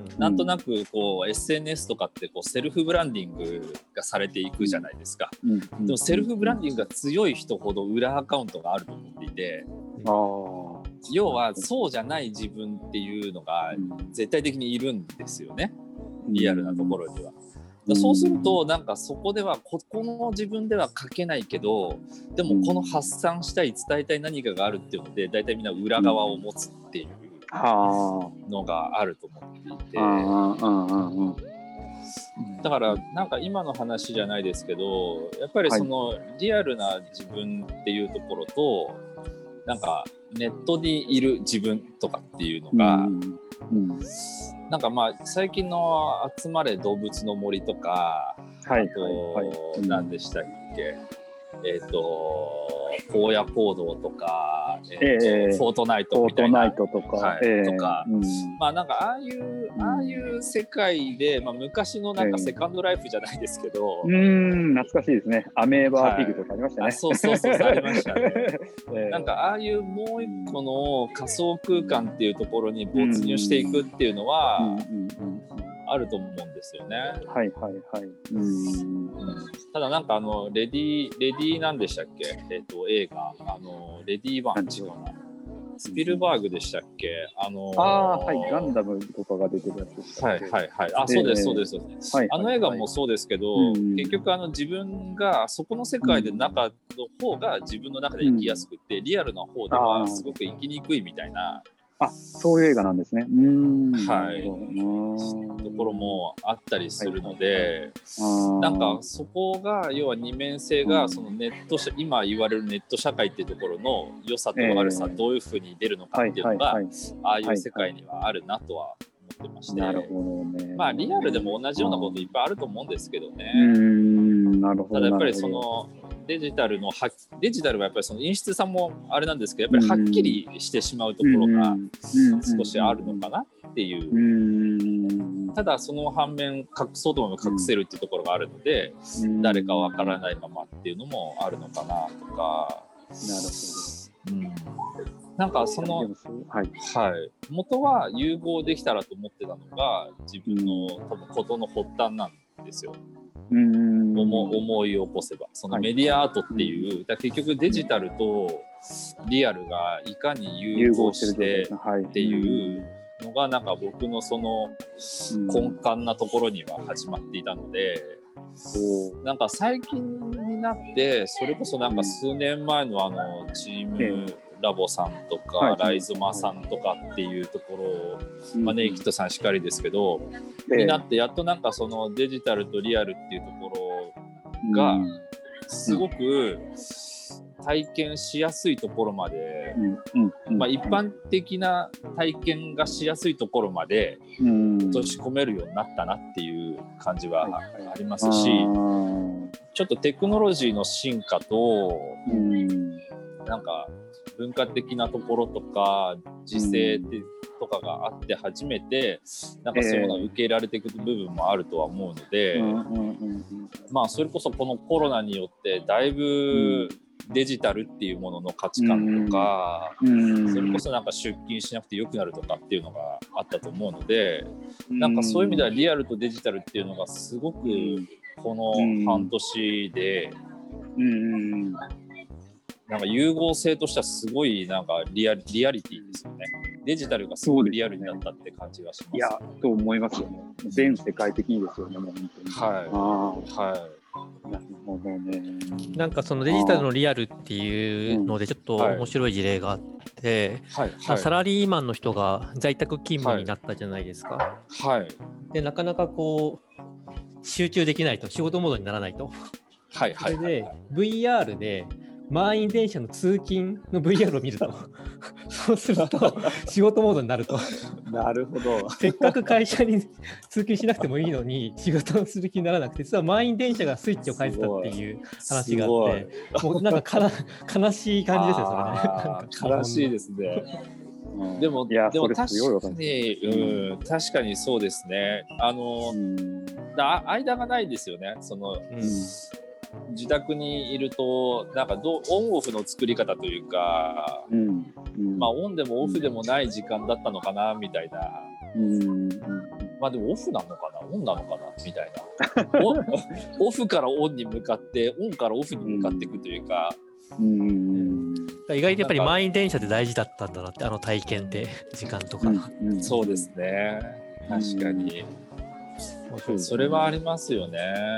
なんとなくこう SNS とかってこうセルフブランディングがされていくじゃないですか。でもセルフブランディングが強い人ほど裏アカウントがあると思っていて、要はそうじゃない自分っていうのが絶対的にいるんですよね、リアルなところには。そうするとなんかそこではこの自分では書けないけど、でもこの発散したい伝えたい何かがあるっていうので大体みんな裏側を持つっていうのがあると思っていて、だからなんか今の話じゃないですけど、やっぱりそのリアルな自分っていうところと、なんかネットにいる自分とかっていうのが、なんかまあ最近の集まれ動物の森とか、あと何でしたっけ、荒野行動とか、フォートナイトみたいなとか、まあなんかああいう世界で、まあ、昔のなんかセカンドライフじゃないですけど、 懐かしいですね。アメーバーピグとかありましたね。 そうありましたね。なんかああいうもう一個の仮想空間っていうところに没入していくっていうのはあると思うんですよね。ただなんかレディーなんでしたっけ、映画レディー1違うな、スピルバーグでしたっけ、 ガンダムとかが出てるやつですか。 そうですあの映画もそうですけど、結局自分がそこの世界で中の方が自分の中で生きやすくて、リアルな方ではすごく生きにくいみたいな、 そういう映画なんですね。 ところもあったりするので、なんかそこが要は二面性がそのネット今言われるネット社会っていうところの良さと悪さ、どういうふうに出るのかっていうのが、ああいう世界にはあるなとは思ってまして、まあリアルでも同じようなこといっぱいあると思うんですけどね。ただやっぱりそのデジタルはやっぱりその陰湿さもあれなんですけど、やっぱりはっきりしてしまうところが少しあるのかなっていう。ただその反面隠そうとも隠せるっていうところがあるので、誰かわからないままっていうのもあるのかなとか。なんかその、元は融合できたらと思ってたのが自分の多分ことの発端なんですよ。思い起こせばそのメディアアートっていう、結局デジタルとリアルがいかに融合してっていうのがなんか僕のその根幹なところには始まっていたので、なんか最近になってそれこそなんか数年前のチームラボさんとかライゾマさんとかっていうところ、ネイキッドさんしかりですけど、になってやっとなんかそのデジタルとリアルっていうところがすごく体験しやすいところまで、一般的な体験がしやすいところまで落とし込めるようになったなっていう感じはありますし、ちょっとテクノロジーの進化となんか文化的なところとか時勢とかがあって初めてなんかそういうのが受け入れられていく部分もあるとは思うので、まあそれこそこのコロナによってだいぶデジタルっていうものの価値観とか、それこそなんか出勤しなくてよくなるとかっていうのがあったと思うので、なんかそういう意味ではリアルとデジタルっていうのがすごくこの半年でなんか融合性としてはすごいなんかリアリティですよね。デジタルがすごいリアルになったって感じがします。 いやと思いますよね。全世界的にですよね、もう本当に。なるほどね。 なんかそのデジタルのリアルっていうのでちょっと面白い事例があって、サラリーマンの人が在宅勤務になったじゃないですか。でなかなかこう集中できないと、仕事モードにならないと。それで VR で満員電車の通勤の VR を見るとそうすると仕事モードになると。 なるほど。 せっかく会社に通勤しなくてもいいのに仕事をする気にならなくて、実は満員電車がスイッチを変えてたっていう話があって、もうなんか悲しい感じですよ、それね。なんか悲しいですね。でも確かにそうですね。間がないですよね。その、自宅にいるとなんかオンオフの作り方というか、まあオンでもオフでもない時間だったのかなみたいな、 まあでもオフなのかな、オンなのかなみたいなオフからオンに向かってオンからオフに向かっていくというか、 意外とやっぱり満員電車って大事だったんだなって、体験って時間とか、 そうですね、確かに、それはありますよね。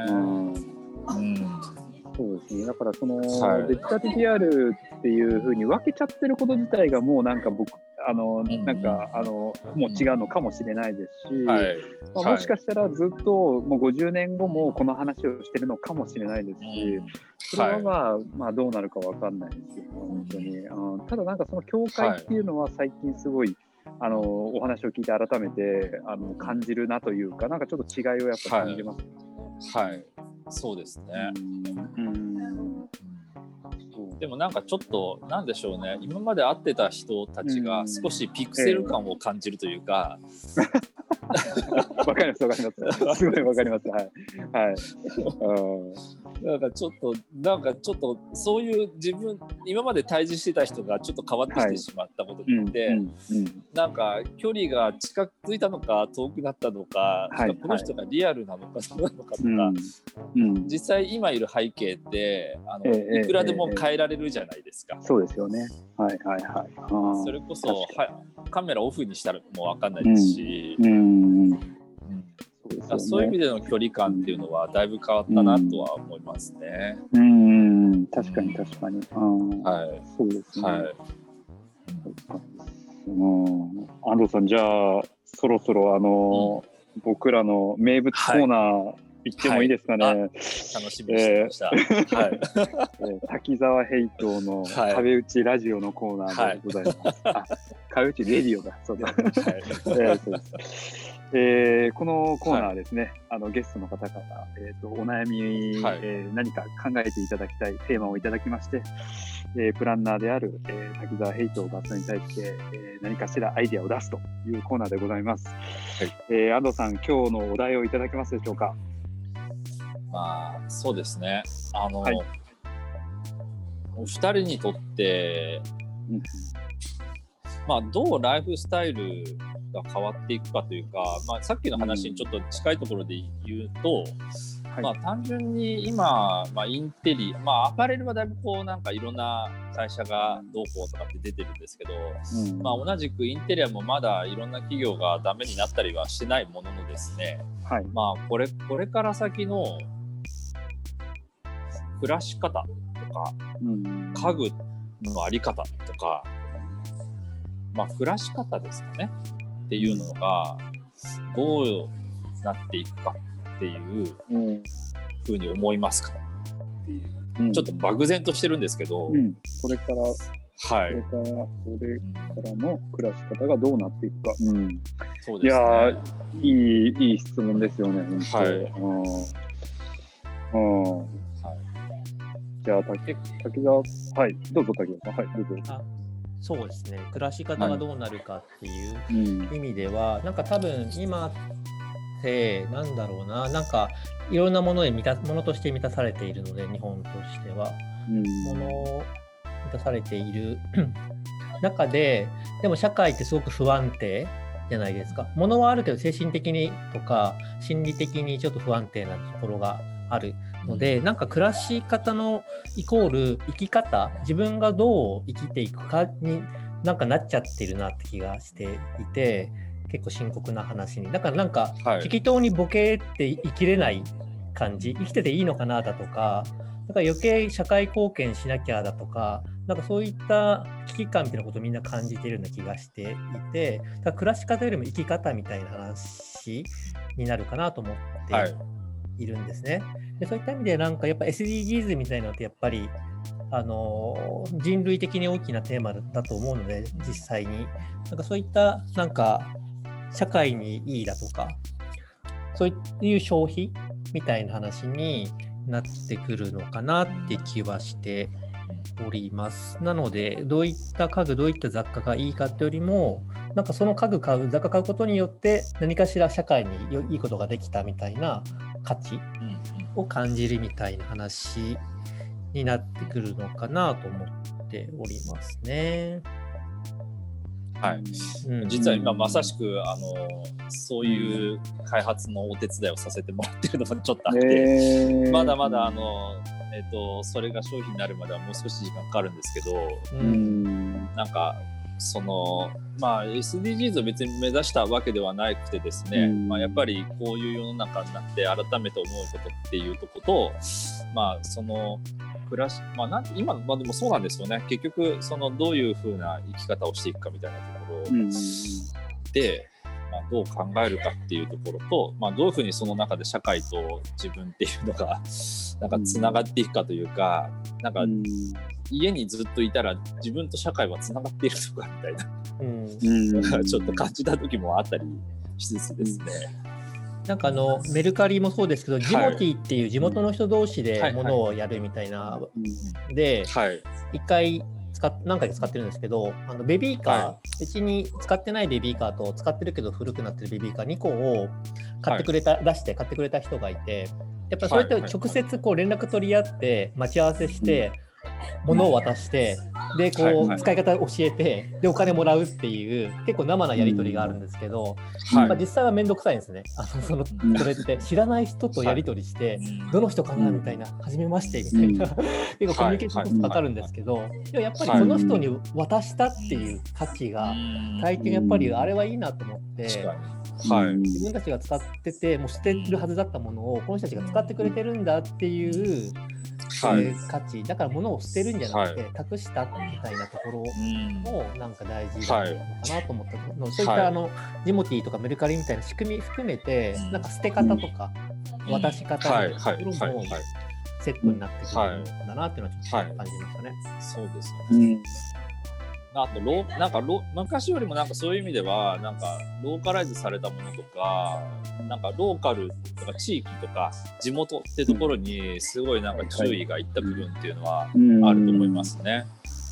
そうですね。だからその、デジタルリアルっていう風に分けちゃってること自体がもうなんか僕もう違うのかもしれないですし、もしかしたらずっともう50年後もこの話をしてるのかもしれないですし、それはまあどうなるか分かんないですけど、本当に。ただなんかその境界っていうのは最近すごいお話を聞いて改めて感じるなというか、なんかちょっと違いをやっぱ感じますね。 そうですね。でもなんかちょっとなんでしょうね、今まで会ってた人たちが少しピクセル感を感じるというか、 わかります、すごいわかります。 なんかちょっとそういう自分今まで対峙してた人がちょっと変わってきてしまったことによって、なんか距離が近づいたのか遠くなったのか、この人がリアルなのかどうなのかとか、実際今いる背景っていくらでも変えられるじゃないですか。 そうですよね。 それこそカメラオフにしたらもう分かんないですし、そういう意味での距離感っていうのはだいぶ変わったなとは思いますね。 確かに。そうですね。安藤さん、じゃあそろそろ僕らの名物コーナー行ってもいいですかね。 楽しみにしてました。 滝沢平等の壁打ちラジオのコーナーでございます。壁打ちレディオだ。そうだ。このコーナーですね、ゲストの方々、お悩み、何か考えていただきたいテーマをいただきまして、プランナーである、滝沢平等がそれに対して、何かしらアイデアを出すというコーナーでございます。安藤さん、今日のお題をいただけますでしょうか。 まあそうですね。お二人にとって、まあどうライフスタイルが変わっていくかというか、まあさっきの話にちょっと近いところで言うと、まあ単純に今、インテリ、アパレルはだいぶこうなんかいろんな会社がどうこうとかって出てるんですけど、同じくインテリアもまだいろんな企業がダメになったりはしてないもののですね、これから先の暮らし方とか、家具のあり方とか、暮らし方ですかねっていうのがどうなっていくかっていうふうに思いますかっていう、ちょっと漠然としてるんですけど、 これからの暮らし方がどうなっていくか。 そうですね。 いい質問ですよね。じゃあ滝沢、どうぞ滝沢さん。どうぞ。 そうですね、暮らし方がどうなるかっていう意味では、なんか多分今ってなんだろうな、なんかいろんなものとして満たされているので、日本としてはものを満たされている中で、でも社会ってすごく不安定じゃないですか。ものはある程度精神的にとか心理的にちょっと不安定なところがあるので、なんか暮らし方のイコール生き方、自分がどう生きていくかになんかなっちゃってるなって気がしていて、結構深刻な話に。だからなんか適当にボケって生きれない感じ、生きてていいのかなだとか、だから余計社会貢献しなきゃだとか、なんかそういった危機感みたいなことをみんな感じているような気がしていて、だから暮らし方よりも生き方みたいな話になるかなと思っているんですね。でそういった意味でなんかやっぱ SDGs みたいなのってやっぱり人類的に大きなテーマだと思うので、実際になんかそういったなんか社会にいいだとかそういう消費みたいな話になってくるのかなって気はしております。なのでどういった家具どういった雑貨がいいかってよりも、なんかその家具買う雑貨買うことによって何かしら社会にいいことができたみたいな価値を感じるみたいな話になってくるのかなと思っておりますね。 はい、実は今まさしくそういう開発のお手伝いをさせてもらってるのもちょっとあって、まだまだそれが商品になるまではもう少し時間かかるんですけど、なんかSDGs を別に目指したわけではなくてですね、やっぱりこういう世の中になって改めて思うことっていうとことその暮らし、今、でもそうなんですよね。結局どういうふうな生き方をしていくかみたいなところで、どう考えるかっていうところと、どういうふうにその中で社会と自分っていうのがなんかつながっていくかというか、なんか家にずっといたら自分と社会はつながっているのかみたいな、ちょっと感じた時もあったりしつつですね。 なんかメルカリもそうですけど、ジモティっていう地元の人同士でものをやるみたいな、で、何回か使ってるんですけど、ベビーカー、うちに使ってないベビーカーと使ってるけど古くなってるベビーカー2個を買ってくれた人がいて、やっぱりそれって直接こう連絡取り合って待ち合わせして、物を渡して、でこう使い方教えて、でお金もらうっていう結構生なやり取りがあるんですけど、実際はめんどくさいんですね。それって知らない人とやり取りして、どの人かなみたいな、初めましてみたいな、結構コミュニケーションコストかかるんですけど、でもやっぱりその人に渡したっていう価値が体験、やっぱりあれはいいなと思って、自分たちが使っててもう捨てるはずだったものをこの人たちが使ってくれてるんだっていう価値だから、物を捨てるんじゃなくて託したみたいなところもなんか大事なのかなと思ったの、そういったジモティとかメルカリみたいな仕組み含めて、なんか捨て方とか渡し方みたいなところもセットになってくるんだなっていうのはちょっと感じましたね。 そうですよね。あとなんか昔よりもなんかそういう意味ではなんかローカライズされたものとか、なんかローカルとか地域とか地元ってところにすごいなんか注意がいった部分っていうのはあると思いますね。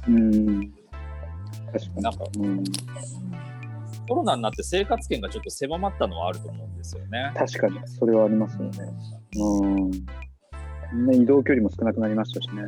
なんかコロナになって生活圏がちょっと狭まったのはあると思うんですよね。 確かにそれはありますよね。移動距離も少なくなりましたしね。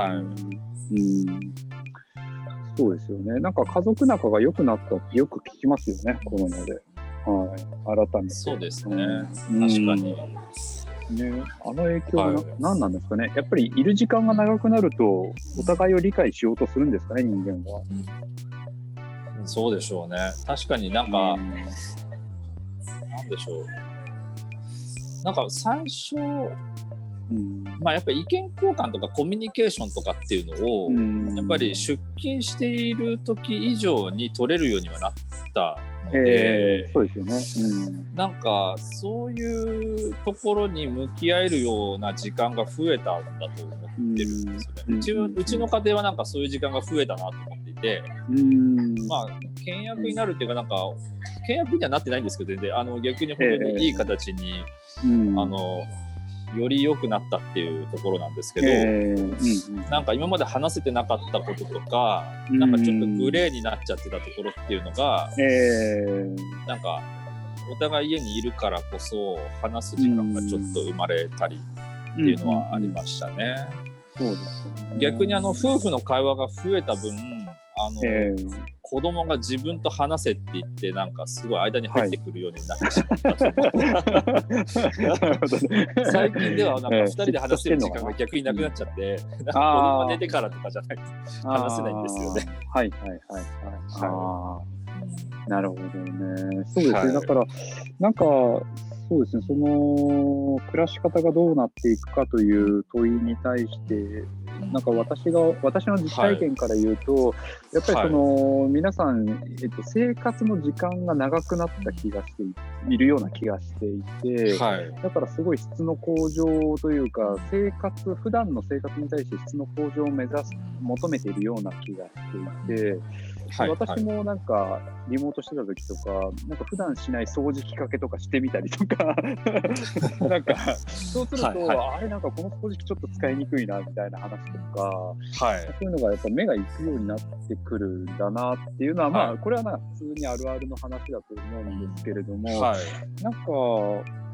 そうですよね。なんか家族仲が良くなったってよく聞きますよね、コロナで。改めて。 そうですね。確かに。 影響は何なんですかね。やっぱりいる時間が長くなるとお互いを理解しようとするんですかね、人間は。 そうでしょうね。確かになんか、なんでしょう。なんか最初、やっぱり意見交換とかコミュニケーションとかっていうのを、やっぱり出勤している時以上に取れるようにはなったので、 そうですよね。 なんかそういうところに向き合えるような時間が増えたんだと思ってるんですよね。うちの家庭はなんかそういう時間が増えたなと思っていて、倹約になるっていうか、なんか倹約にはなってないんですけど、全然逆に本当にいい形に、より良くなったっていうところなんですけど、なんか今まで話せてなかったこととか、なんかちょっとグレーになっちゃってたところっていうのが、なんかお互い家にいるからこそ話す時間がちょっと生まれたりっていうのはありましたね。 そうですね。 逆に夫婦の会話が増えた分、子供が自分と話せって言ってなんかすごい間に入ってくるようになってしまった、最近ではなんか2人で話せる時間が逆になくなっちゃって、なんか子供が寝てからとかじゃないと話せないんですよね。 なるほどね。そうですね。だからなんかそうですね、その暮らし方がどうなっていくかという問いに対して、なんか私の実体験から言うと、やっぱり皆さん、生活の時間が長くなった気がしているような気がしていて、だからすごい質の向上というか、普段の生活に対して質の向上を求めているような気がしていて、私もなんかリモートしてた時とか、なんか普段しない掃除機かけとかしてみたりとかなんかそうすると、あれなんかこの掃除機ちょっと使いにくいなみたいな話とか、そういうのがやっぱ目がいくようになってくるんだなっていうのは、これはなんか普通にあるあるの話だと思うんですけれども、なんか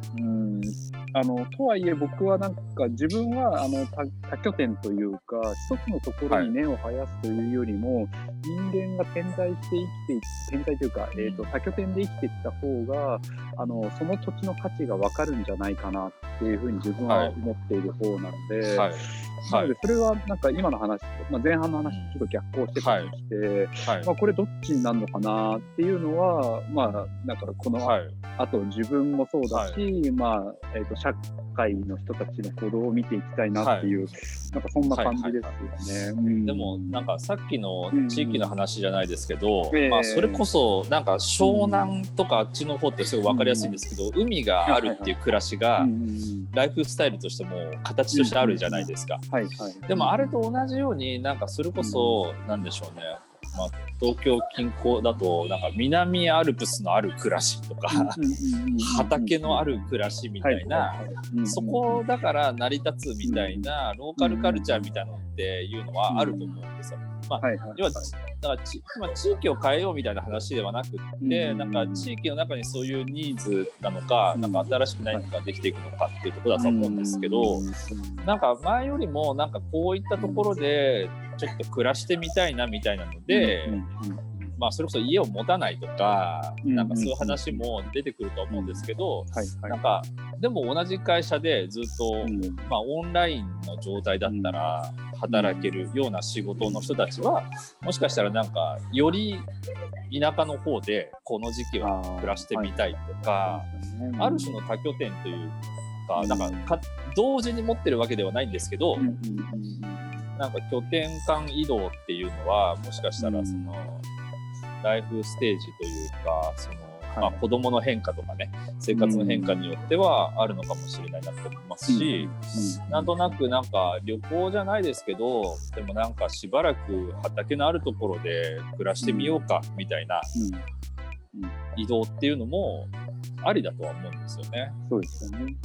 とはいえ僕はなんか自分は多拠点というか一つのところに根を生やすというよりも、人間が点在というか、多拠点で生きていった方がその土地の価値が分かるんじゃないかなっていうふうに自分は思っている方なので、なのでそれはなんか今の話、前半の話とちょっと逆行してたりして、これどっちになるのかなっていうのはだからこのあと自分もそうだし、社会の人たちの行動を見ていきたいなっていう、なんかそんな感じですよね。 でもなんかさっきの地域の話じゃないですけど、それこそなんか湘南とかあっちの方ってすごい分かりやすいんですけど、海があるっていう暮らしがライフスタイルとしても形としてあるじゃないですか。でもあれと同じようになんかそれこそなんでしょうね、東京近郊だとなんか南アルプスのある暮らしとか畑のある暮らしみたいな、そこだから成り立つみたいなローカルカルチャーみたいなのっていうのはあると思うんですよ。要はだから地域を変えようみたいな話ではなくて、なんか地域の中にそういうニーズなのか、なんか新しく何かできていくのかっていうところだと思うんですけど、なんか前よりもなんかこういったところでちょっと暮らしてみたいなみたいなので、それこそ家を持たないとか、なんかそういう話も出てくると思うんですけど、なんかでも同じ会社でずっと、オンラインの状態だったら働けるような仕事の人たちは、もしかしたらなんかより田舎の方でこの時期は暮らしてみたいとか、ある種の多拠点というか、なんか同時に持ってるわけではないんですけど、なんか拠点間移動っていうのはもしかしたらそのライフステージというか、その子供の変化とかね、生活の変化によってはあるのかもしれないなと思いますし、なんとなくなんか旅行じゃないですけど、でもなんかしばらく畑のあるところで暮らしてみようかみたいな移動っていうのもありだとは思うんですよね。 そうですよね。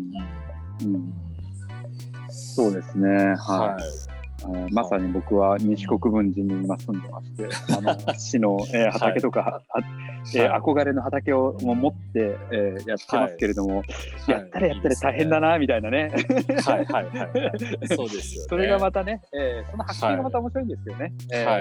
そうですね。まさに僕は西国分寺に今住んでまして、市の、畑とか、憧れの畑を持って、やってますけれども、やったら大変だなみたいなね。 そうですよね。 それがまたね、その発見がまた面白いんですよね。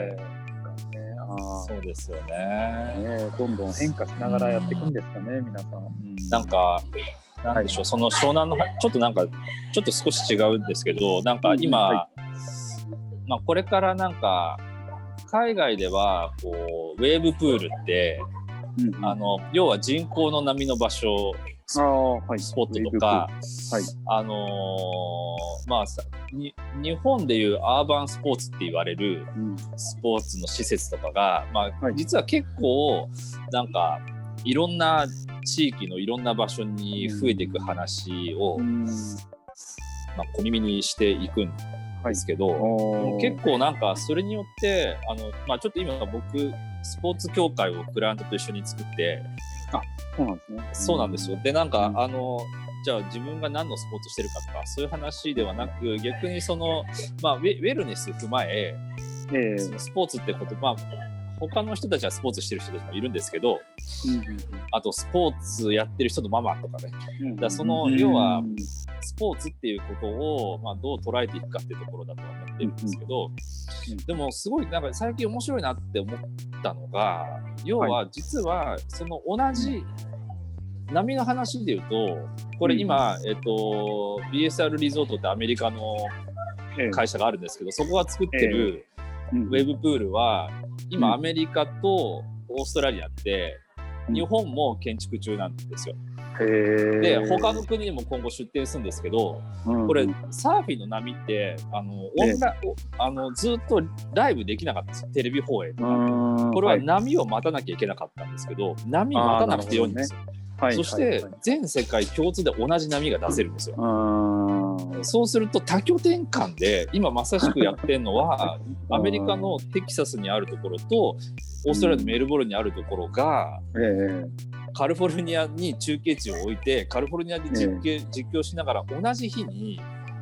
そうですよね。 どんどん変化しながらやっていくんですかね、皆さん。 なんかなんでしょう、その湘南のちょっとなんかちょっと少し違うんですけど、なんか今、これからなんか海外ではこうウェーブプールって、要は人工の波の場所スポットとか、日本でいうアーバンスポーツって言われるスポーツの施設とかが、実は結構なんかいろんな地域のいろんな場所に増えていく話を、小耳にしていくんですけど、結構なんかそれによってちょっと今僕スポーツ協会をクライアントと一緒に作って、 そうなんですね。 そうなんですよ。でなんかじゃあ自分が何のスポーツしてるかとかそういう話ではなく、逆にそのウェルネス踏まえ、そのスポーツってこと、他の人たちはスポーツしてる人たちもいるんですけど、あとスポーツやってる人のママとかね、だその要はスポーツっていうことをどう捉えていくかっていうところだとは思ってるんですけど、でもすごいなんか最近面白いなって思ったのが、要は実はその同じ波の話で言うと、これ今、BSR リゾートってアメリカの会社があるんですけど、そこが作ってるウェブプールは今アメリカとオーストラリアって日本も建築中なんですよ。で他の国にも今後出店するんですけど、これサーフィンの波ってずっとライブできなかったんですよ、テレビ放映とか。これは波を待たなきゃいけなかったんですけど、波待たなくてよいんですよ。そして全世界共通で同じ波が出せるんですよ。そうすると多拠点間で今まさしくやってるのはアメリカのテキサスにあるところとオーストラリアのメルボルンにあるところが、カリフォルニアに中継地を置いてカリフォルニアで実況しながら同じ日に、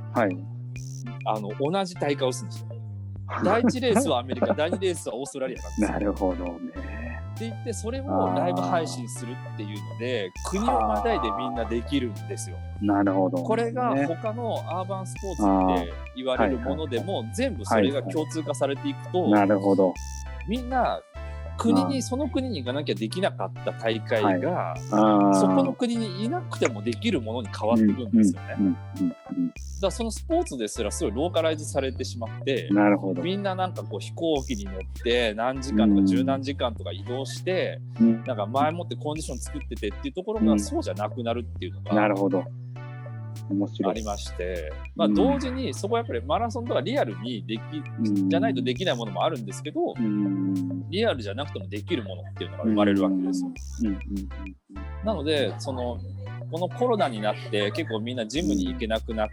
同じ大会をするんですよ。第1レースはアメリカ、第2レースはオーストラリアなんですよ。 なるほどね。 って言ってそれをライブ配信するっていうので国をまたいでみんなできるんですよ。 なるほど、ね、 これが他のアーバンスポーツって言われるものでも全部それが共通化されていくと、 なるほど、 みんなその国に行かなきゃできなかった大会が、そこの国にいなくてもできるものに変わっていくんですよね。だからそのスポーツですらすごいローカライズされてしまって、 なるほど、 みんななんかこう飛行機に乗って何時間とか十何時間とか移動して、なんか前もってコンディション作っててっていうところがそうじゃなくなるっていうのが、 なるほど、面白いありまして、同時にそこはやっぱりマラソンとかリアルにじゃないとできないものもあるんですけど、リアルじゃなくてもできるものっていうのが生まれるわけですよ。なのでこのコロナになって結構みんなジムに行けなくなって、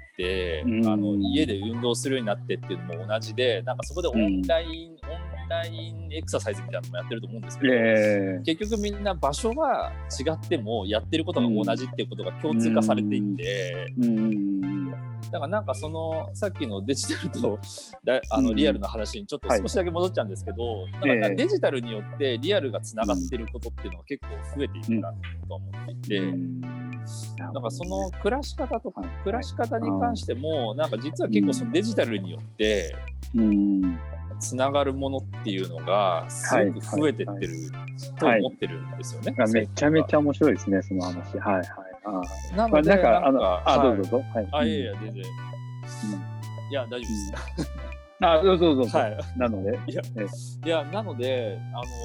家で運動するようになってっていうのも同じで、なんかそこでオンラインエクササイズみたいなのもやってると思うんですけど、結局みんな場所は違ってもやってることが同じっていうことが共通化されていて、だからなんかそのさっきのデジタルとリアルの話にちょっと少しだけ戻っちゃうんですけど、なんかデジタルによってリアルがつながっていることっていうのは結構増えているなと思っていて、なんかその暮らし方に関してもなんか実は結構そのデジタルによってつながるものっていうのがすごく増えてってると思ってるんですよね。 めちゃめちゃ面白いですね、その話。 なのでどうぞ。 いや全然。いや大丈夫です。 どうぞ。なので、 いやなので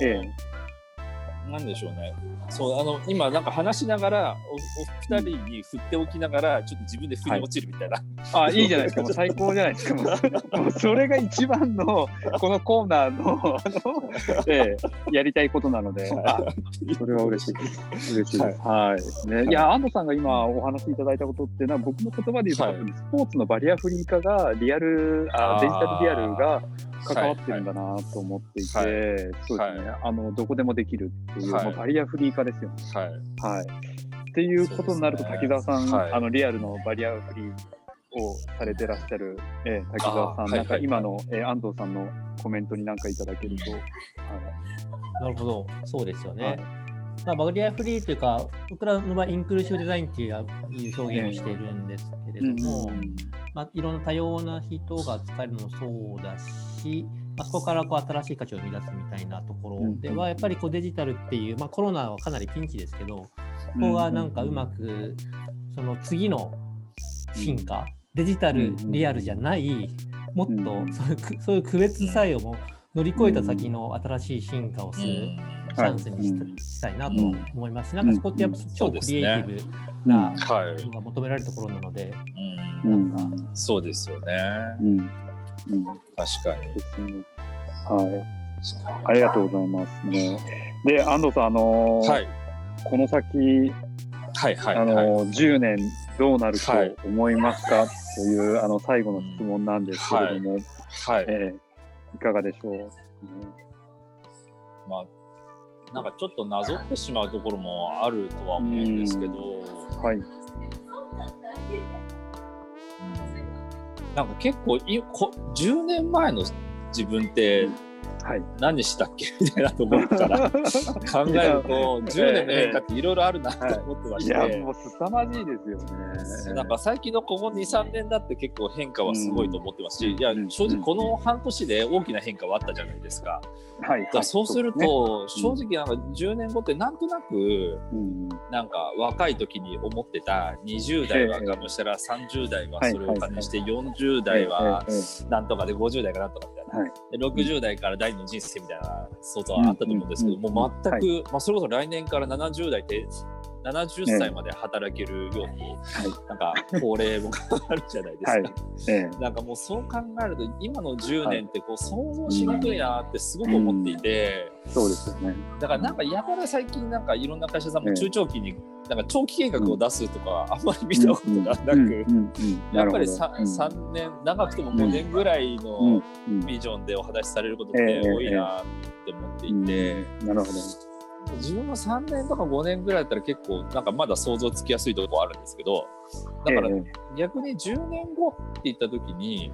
なんでしょうね。そう今なんか話しながらお二人に振っておきながらちょっと自分で振り落ちるみたいな。 いいじゃないですか。もう最高じゃないですか。もうそれが一番のこのコーナーのやりたいことなので、それは嬉しいです。いや安藤さんが今お話しいただいたことっていうのは僕の言葉で言うと、スポーツのバリアフリー化がデジタルリアルが関わってるんだなと思っていて、そうですね。どこでもできるっていう、バリアフリー化ですよね。っていうことになると滝沢さん、リアルのバリアフリーをされてらっしゃる、滝沢さん、なんか今の、安藤さんのコメントに何かいただけると。 なるほど、そうですよね。バリアフリーというか、僕らの場合インクルーシブデザインっていう表現をしているんですけれども、いろんな多様な人が使えるのもそうだし、そこから新しい価値を生み出すみたいなところではやっぱりデジタルっていう、コロナはかなりピンチですけど、ここがなんかうまくその次の進化、デジタルリアルじゃないもっとそういう区別作用も乗り越えた先の新しい進化をするチャンスにしたいなと思います。なんかそこってやっぱ超クリエイティブなのが求められるところなので、 そうですよね。確かに。 ありがとうございますね。で、安藤さん、この先、10年どうなると思いますかという最後の質問なんですけれども、いかがでしょう。 なんかちょっとなぞってしまうところもあるとは思うんですけど、なんか結構10年前の自分って何したっけみたいなところから考えると10年の変化っていろいろあるなと思ってまして、 いやもう凄まじいですよね。 なんか最近のここ 2,3 年だって結構変化はすごいと思ってますし、いや正直この半年で大きな変化はあったじゃないですか。そうすると正直なんか10年後ってなんとなくなんか若い時に思ってた20代はがむしたら30代はそれを加味して40代はなんとかで50代かなんとかみたいなで60代から第二の人生みたいな想像はあったと思うんですけど、もう全くそれこそ来年から70代って70歳まで働けるように、なんか高齢も変わるじゃないですか。なんかもうそう考えると今の10年って想像しにくいなってすごく思っていて、 そうですよね。 だからなんかやたら最近なんかいろんな会社さんも中長期になんか長期計画を出すとかあんまり見たことがなく、やっぱり3年長くても5年ぐらいのビジョンでお話しされることって多いなって思っていて、 なるほど。 自分も3年とか5年ぐらいだったら結構なんかまだ想像つきやすいところあるんですけど、だから逆に10年後って言った時に、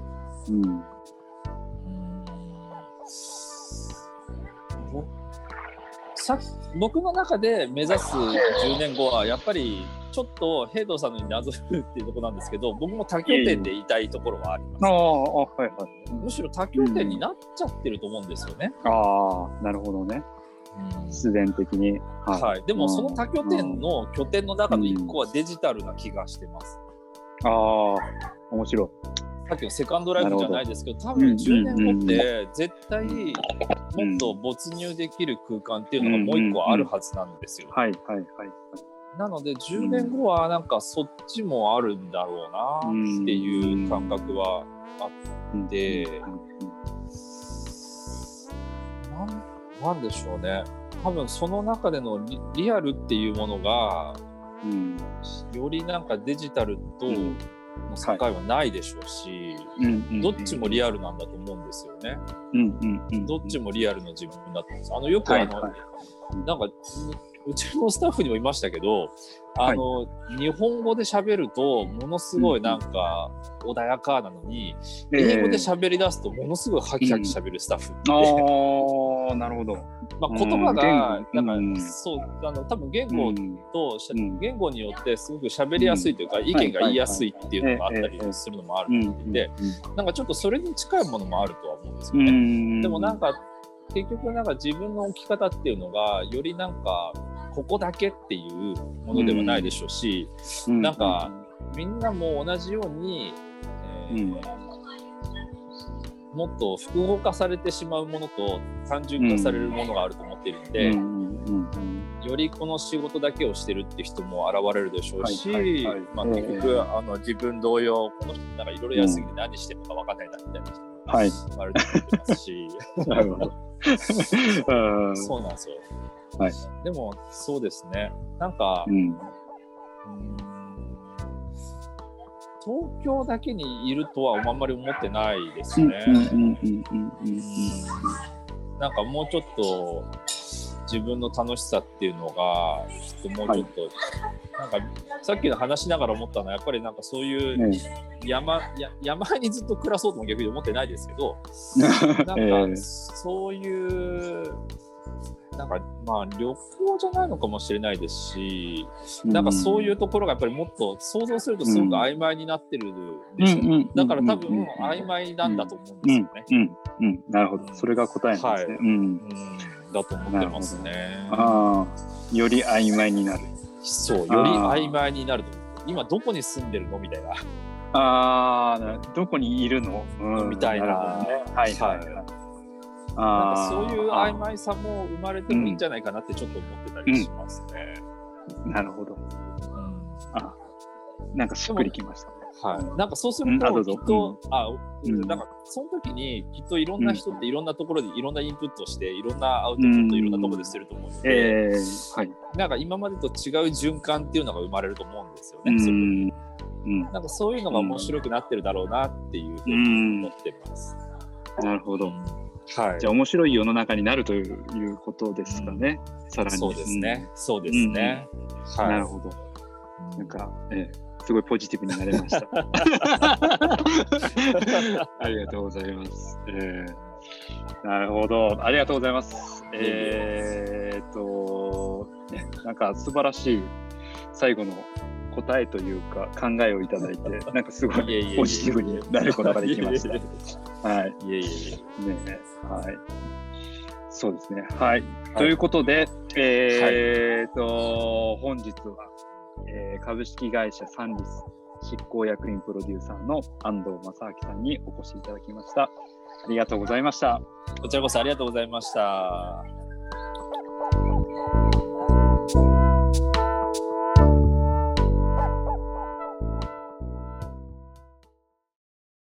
僕の中で目指す10年後はやっぱりちょっと平藤さんのになぞるっていうところなんですけど、僕も多拠点でいたいところはあります。 はいはい、 むしろ多拠点になっちゃってると思うんですよね。 なるほどね。自然的に。 はい。でもその多拠点の拠点の中の1個はデジタルな気がしてます。 面白い。 さっきのセカンドライフじゃないですけど、多分10年後って絶対もっと没入できる空間っていうのがもう1個あるはずなんですよ。なので10年後はなんかそっちもあるんだろうなっていう感覚はあって、なんでしょうね。多分その中でのリアルっていうものが、よりなんかデジタルとの境はないでしょうし、どっちもリアルなんだと思うんですよね。どっちもリアルの自分だと思うんです。よくなんかうちのスタッフにもいましたけど、日本語で喋るとものすごいなんか穏やかなのに、英語で喋り出すとものすごいハキハキ喋るスタッフって、 なるほど。 言葉がなんかそう多分言語と言語によってすごく喋りやすいというか、意見が言いやすいっていうのがあったりするのもあると思っていて、なんかちょっとそれに近いものもあるとは思うんですよね。でもなんか結局なんか自分の置き方っていうのがよりなんかここだけっていうものではないでしょうし、なんかみんなも同じように、もっと複合化されてしまうものと単純化されるものがあると思っているので、よりこの仕事だけをしてるっていう人も現れるでしょうし、結局自分同様この人なんかいろいろやりすぎて何してるのか分かんないなみたいな人もあると思ってますし、そうなんですよ。でもそうですね、なんか、東京だけにいるとはあんまり思ってないですね。なんかもうちょっと自分の楽しさっていうのがきっともうちょっと、なんかさっきの話しながら思ったのはやっぱりなんかそういう山にずっと暮らそうとも逆に思ってないですけど、なんかそういうなんか旅行じゃないのかもしれないですし、なんかそういうところがやっぱりもっと想像するとすごく曖昧になってるんですよ。だから多分曖昧なんだと思うんですよね。 なるほど、それが答えなんですね。 だと思ってますね。 より曖昧になる。 そう、より曖昧になると思う。今どこに住んでるのみたいな。 どこにいるの、 みたいな。なんかそういう曖昧さも生まれてもいいんじゃないかなってちょっと思ってたりしますね。 なるほど。なんかしっくりきましたね。 なんかそうするときっと、なんかその時にきっといろんな人っていろんなところでいろんなインプットしていろんなアウトプットいろんなところですると思うので、なんか今までと違う循環っていうのが生まれると思うんですよね。なんかそういうのが面白くなってるだろうなっていうふうに思ってます。 なるほど。じゃあ面白い世の中になるということですかね。さらに。 そうですね。そうですね。 なるほど。なんか、すごいポジティブになれました。ありがとうございます。なるほど。ありがとうございます。なんか素晴らしい最後の答えというか考えをいただいて、なんかすごいポジティブになることができました。そうですね。ということで、本日は、株式会社サンリス執行役員プロデューサーの安藤正明さんにお越しいただきました。ありがとうございました。 こちらこそありがとうございました。